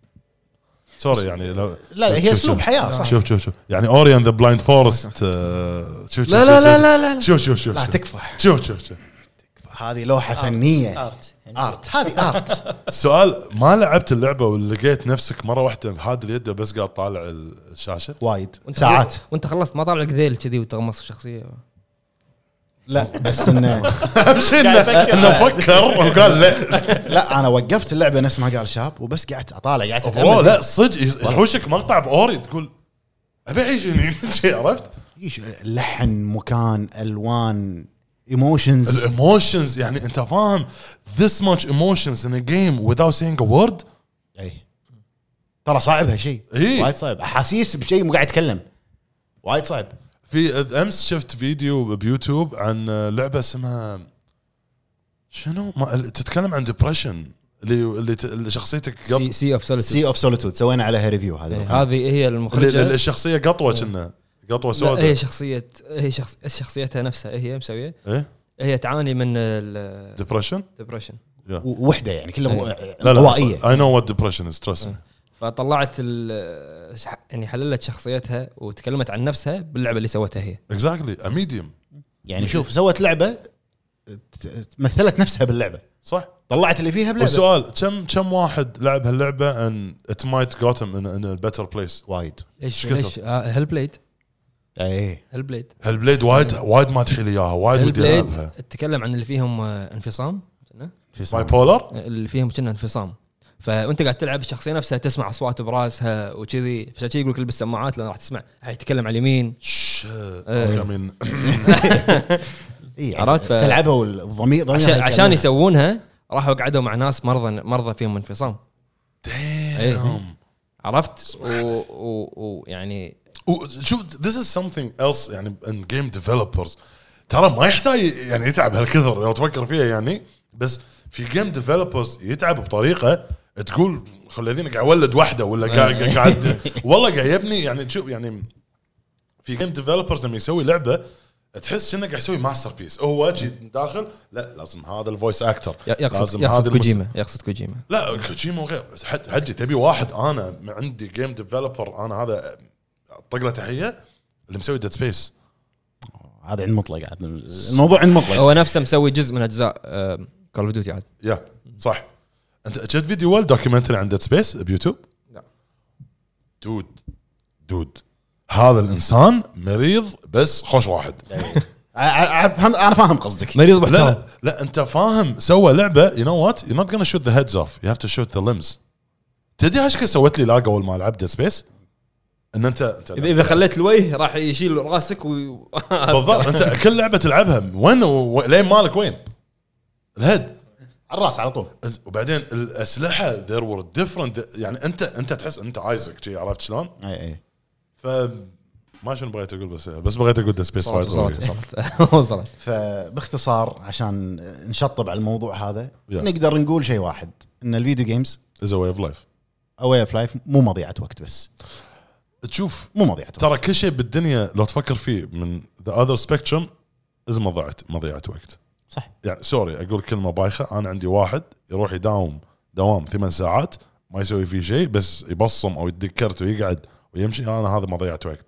سوري يعني لا هي اسلوب حياه صح شوف يعني اوري اند ذا بلايند فورست شوف لا شوف لا تكفى شوف هذه لوحه فنيه ارت هذه ارت السؤال ما لعبت اللعبه ولقيت نفسك مره واحده بهذا اليد بس قاعد طالع الشاشه وايد ساعات وانت خلصت ما طالع لك ذيل كذي وتغمص الشخصيه لا بس انه فكر وقال لا انا وقفت اللعبه نفس ما قال شاب وبس قعدت اطالع قعدت اتامل لا صدق يحوشك مقطع باوري تقول ابي اعيش هني عرفت لحن مكان الوان ايموشنز يعني انت فاهم this much emotions in a game without saying a word اي ترى صعب هالشيء وايد صعب احاسيس بشيء مو قاعد يتكلم وايد صعب في امس شفت فيديو بيوتيوب عن لعبه اسمها شنو تتكلم عن ديبرشن اللي شخصيتك سي اوف سوليتود سوينا عليها ريفيو هذه هي المخرجه الشخصيه قطوه كنا قطوه سوداء هي شخصيتها نفسها هي مسويه هي تعاني من ديبرشن وحده يعني كلها انطوائيه I know what depression is trust me فطلعت يعني حللت شخصيتها وتكلمت عن نفسها باللعبه اللي سوتها هي exactly a medium يعني شوف سوت لعبه مثلت نفسها باللعبه صح طلعت اللي فيها بلعبه والسؤال كم واحد لعب هاللعبه and it might got him in a better place وايد ليش هل بليد هالبليد وايد ما تحيل اياها وايد ودي العبها تتكلم عن اللي فيهم انفصام باي بولر اللي فيهم كنا انفصام فانت قاعد تلعب الشخصيه نفسها تسمع اصوات براسها وكذي فشي يقول لك البس سماعات لان راح تسمع يتكلم على اليمين من عرفت تلعبها والضمير عشان يسوونها راحوا قعدوا مع ناس مرضى فيهم انفصام عرفت ويعني شوف this is something else يعني in game developers ترى ما يحتاج يعني يتعب هالكثر لو تفكر فيها يعني بس في game developers يتعب بطريقه تقول خليني قاعد اولد واحده ولا قاعد والله قاعد يبني يعني شوف يعني في game developers لما يسوي لعبه تحس انه قاعد يسوي ماستر بيس هو داخل لا لازم هذا الفويس اكتر لازم هذا يقصد كوجيما لا كوجيما وغير حجي تبي واحد انا عندي جيم ديفلوبر انا هذا طقله تحيه اللي مسوي ديد سبيس هذا عند مطلق عاد الموضوع عند مطلق هو نفسه مسوي جزء من اجزاء كول اوف ديوتي عاد يا صح انت شفت فيديو ولا دوكيومنتري عن ديد سبيس بيوتيوب لا دود هذا الانسان مريض بس خوش واحد انا فاهم قصدك مريض محترم لا انت فاهم سوى لعبه you know what you're not gonna shoot the heads off you have to shoot the limbs تدري ايش سويت لي لاقه اول ما لعبت ديد سبيس ان انت اذا خليت الوجه راح يشيل راسك بالضبط انت كل لعبه تلعبها وين لين مالك وين الهيد على الراس على طول وبعدين الاسلحه there were different يعني انت تحس انت ايزك شي عرفت شلون اي ف ما شنو بغيت اقول بس بغيت اقول سبيس وصلت فباختصار عشان نشطب على الموضوع هذا نقدر نقول شيء واحد ان الفيديو جيمز is a way of life مو مضيعه وقت بس تشوف مو مضيعه ترى كل شيء بالدنيا لو تفكر فيه من the other spectrum is مضيعه وقت صح يعني سوري اقول كلمه بايخه انا عندي واحد يروح يداوم 8 ساعات ما يسوي فيه شيء بس يبصم او يدكرت ويقعد ويمشي انا هذا مضيعه وقت عندي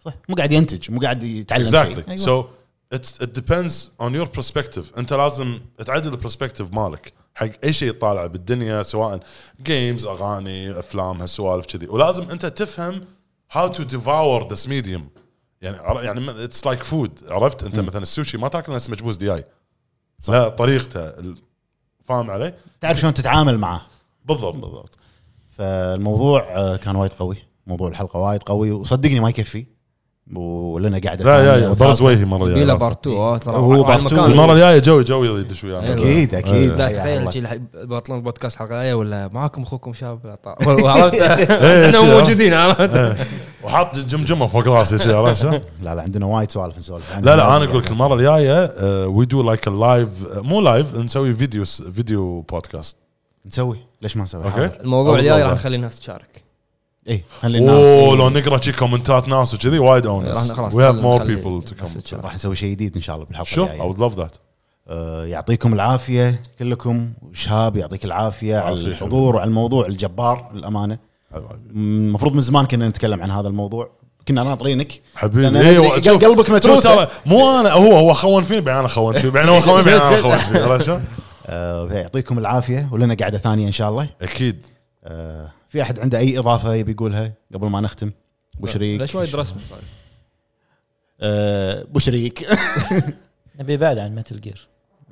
صح مو قاعد ينتج مو قاعد يتعلم exactly. شيء. So it depends on your perspective. انت لازم تعدل البرسبكتيف مالك حق اي شيء يطالع بالدنيا سواء جيمز اغاني افلام هالسوالف كذي ولازم انت تفهم how to devour this medium يعني it's like food عرفت انت مثلا السوشي ما تاكل نفس مجبوس دياي لا طريقته فاهم علي تعرف شلون تتعامل معه بالضبط. فالموضوع كان وايد قوي موضوع الحلقه وايد قوي وصدقني ما يكفي ولنا قاعده لا برز وجهي مره بيلا بارت 2 ترى هو بارت 2 المره الجايه جوي يدش ويانا اكيد لا تخيل شيء بطلون بودكاست حلقه جايه ولا معاكم اخوكم شاب عرفت احنا موجودين عرفت وحاط جمجمه فوق راسي شيء عرفت لا عندنا وايد سوالف نسولف لا انا اقول لك المره الجايه وي دو لايك لايف مو لايف نسوي فيديو بودكاست نسوي ليش ما نسوي الموضوع الجاي راح نخلي الناس تشارك اي خلي الناس لو نقرا شي كومنتات ناس وكذي وايد اونس وي هاف مور بيبل تو كوم راح نسوي شيء جديد ان شاء الله بالحلقه شو اي وود لاف ذات يعطيكم العافيه كلكم وشهاب يعطيك العافيه على الحضور وعلى الموضوع الجبار للامانه المفروض من زمان كنا نتكلم عن هذا الموضوع كنا ناطرينك حبيبي ايوه قلبك متروس مو انا هو خون فيني بعد انا خون فيه بعد هو خون فيه انا خون فيه عرفت شو يعطيكم العافيه ولنا قعده ثانيه ان شاء الله اكيد في احد عنده اي اضافه يبي يقولها قبل ما نختم ابو شريك ليش وايد رسمي ابو شريك نبي بعد عن متل جير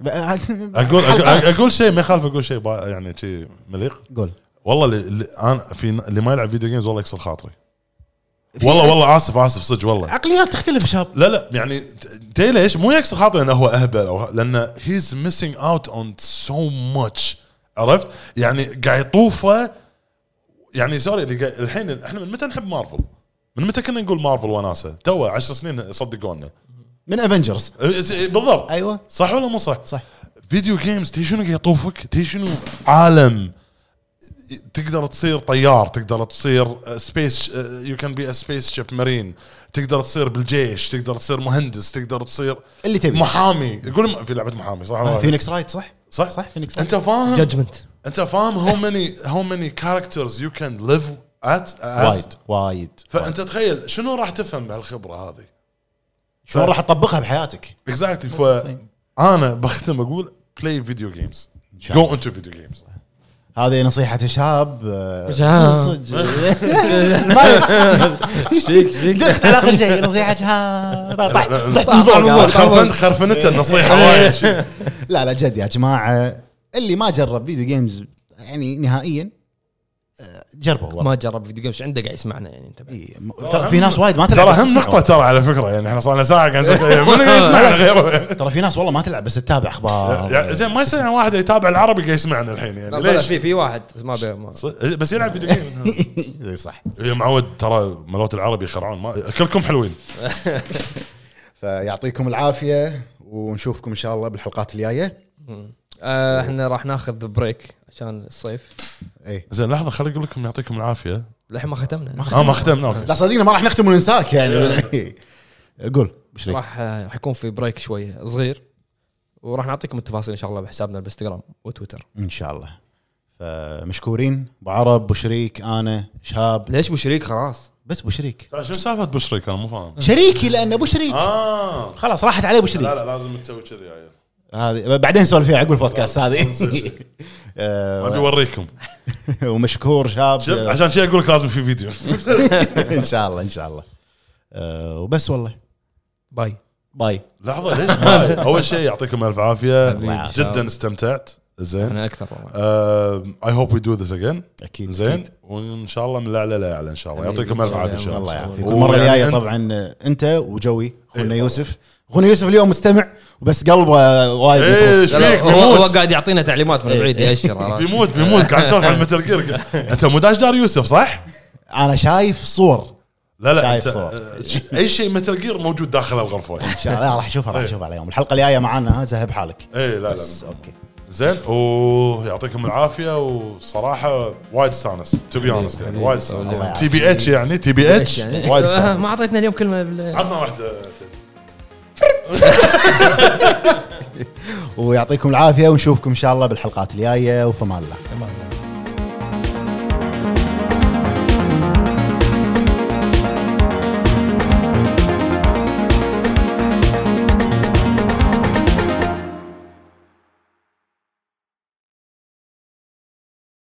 اقول شيء ما يخالف اقول شيء يعني شيء مليق قول والله انا في اللي ما يلعب فيديو جيمز والله يكسر خاطري والله اسف صدق والله عقليات تختلف شاب لا يعني تي ليش مو يكسر خاطري انه هو اهبل او لانه هيز ميسينج اوت اون سو ماتش عرفت يعني قاعد يطوفه يعني سوري الحين احنا من متى نحب مارفل من متى كنا نقول مارفل وناسه تو 10 سنين صدقونا من افنجرز بالضبط ايوه صح ولا مو صح صح فيديو جيمز تي شنو قاعد يطوفك تي شنو عالم تقدر تصير طيار تقدر تصير سبيس يو كان بي ا سبيس شيب مارين تقدر تصير بالجيش تقدر تصير مهندس تقدر تصير اللي تبي محامي يقول في لعبه محامي صح فينيكس رايت صح فينيكس انت فاهم جادجمنت انت فاهم how many characters you can live at وايد فانت تخيل شنو راح تفهم بهالخبره هذه شلون راح تطبقها بحياتك exactly فانا بختم اقول play video games go into video games هذه نصيحة شهاب شيك دخت على آخر شيء نصيحة شهاب خرفنت النصيحة وايد لا جد يا جماعة اللي ما جرب فيديو جيمز يعني نهائيا جربوا والله ما جرب فيديو جيمز عنده قاعد يسمعنا يعني انت ترى في ناس وايد ما تلعب ترى هم نقطة ترى على فكرة يعني احنا صار لنا ساعة قاعد نسولف من يسمعنا غيره ترى في ناس والله ما تلعب بس تتابع اخبار يعني زين ما يصير واحد يتابع العربي قاعد يسمعنا الحين يعني ليش في واحد بس يلعب فيديو جيم صح معود ترى ملوت العربي يخرعون كلكم حلوين فيعطيكم العافية ونشوفكم ان شاء الله بالحلقات الجاية احنا راح ناخذ بريك عشان الصيف اي زين لحظه خلي اقول لكم يعطيكم العافيه لحين ما ختمنا ما ختمنا لا صدقنا ما راح نختم وننساك يعني قول بشريك راح يكون في بريك شويه صغير وراح نعطيكم التفاصيل ان شاء الله بحسابنا بالانستغرام وتويتر ان شاء الله فمشكورين ابو عرب بشريك انا شهاب ليش بشريك خلاص بس بشريك شو سالفه بشريك انا مو فاهم شريكي لانه ابو شريك خلاص راحت عليه بشريك لا لازم تسوي كذي يا هذه بعدين نسولف فيها عقب البودكاست هذه ابي اوريكم ومشكور شاب شفت عشان شيء اقول لك لازم في فيديو ان شاء الله وبس والله باي لحظه ليش باي اول شيء يعطيكم الف عافيه جدا استمتعت زين انا اكثر والله اي هوب وي دو ذس اجين اكيد زين وان شاء الله من الاعلى للاعلى ان شاء الله يعطيكم الف عافيه ان شاء الله الله يعافيك المره الجايه طبعا انت وجوي اخونا يوسف اليوم مستمع وبس قلبه وايد متروس هو قاعد يعطينا تعليمات من بعيد يأشر بيموت قاعد يسولف عن متل جير انت مو داش دار يوسف صح انا شايف صور لا انت اي شيء متل جير موجود داخل الغرفه ان شاء الله راح اشوفها اليوم الحلقه الجايه معنا ذهب حالك لا اوكي زين ويعطيكم العافيه وصراحه وايد استانس تو بي اونست يعني وايد استانس تي بي اتش يعني تي بي اتش وايد استانس ما اعطيتنا اليوم كلمه عطنا واحده ويعطيكم العافيه ونشوفكم ان شاء الله بالحلقات الجايه وفمان الله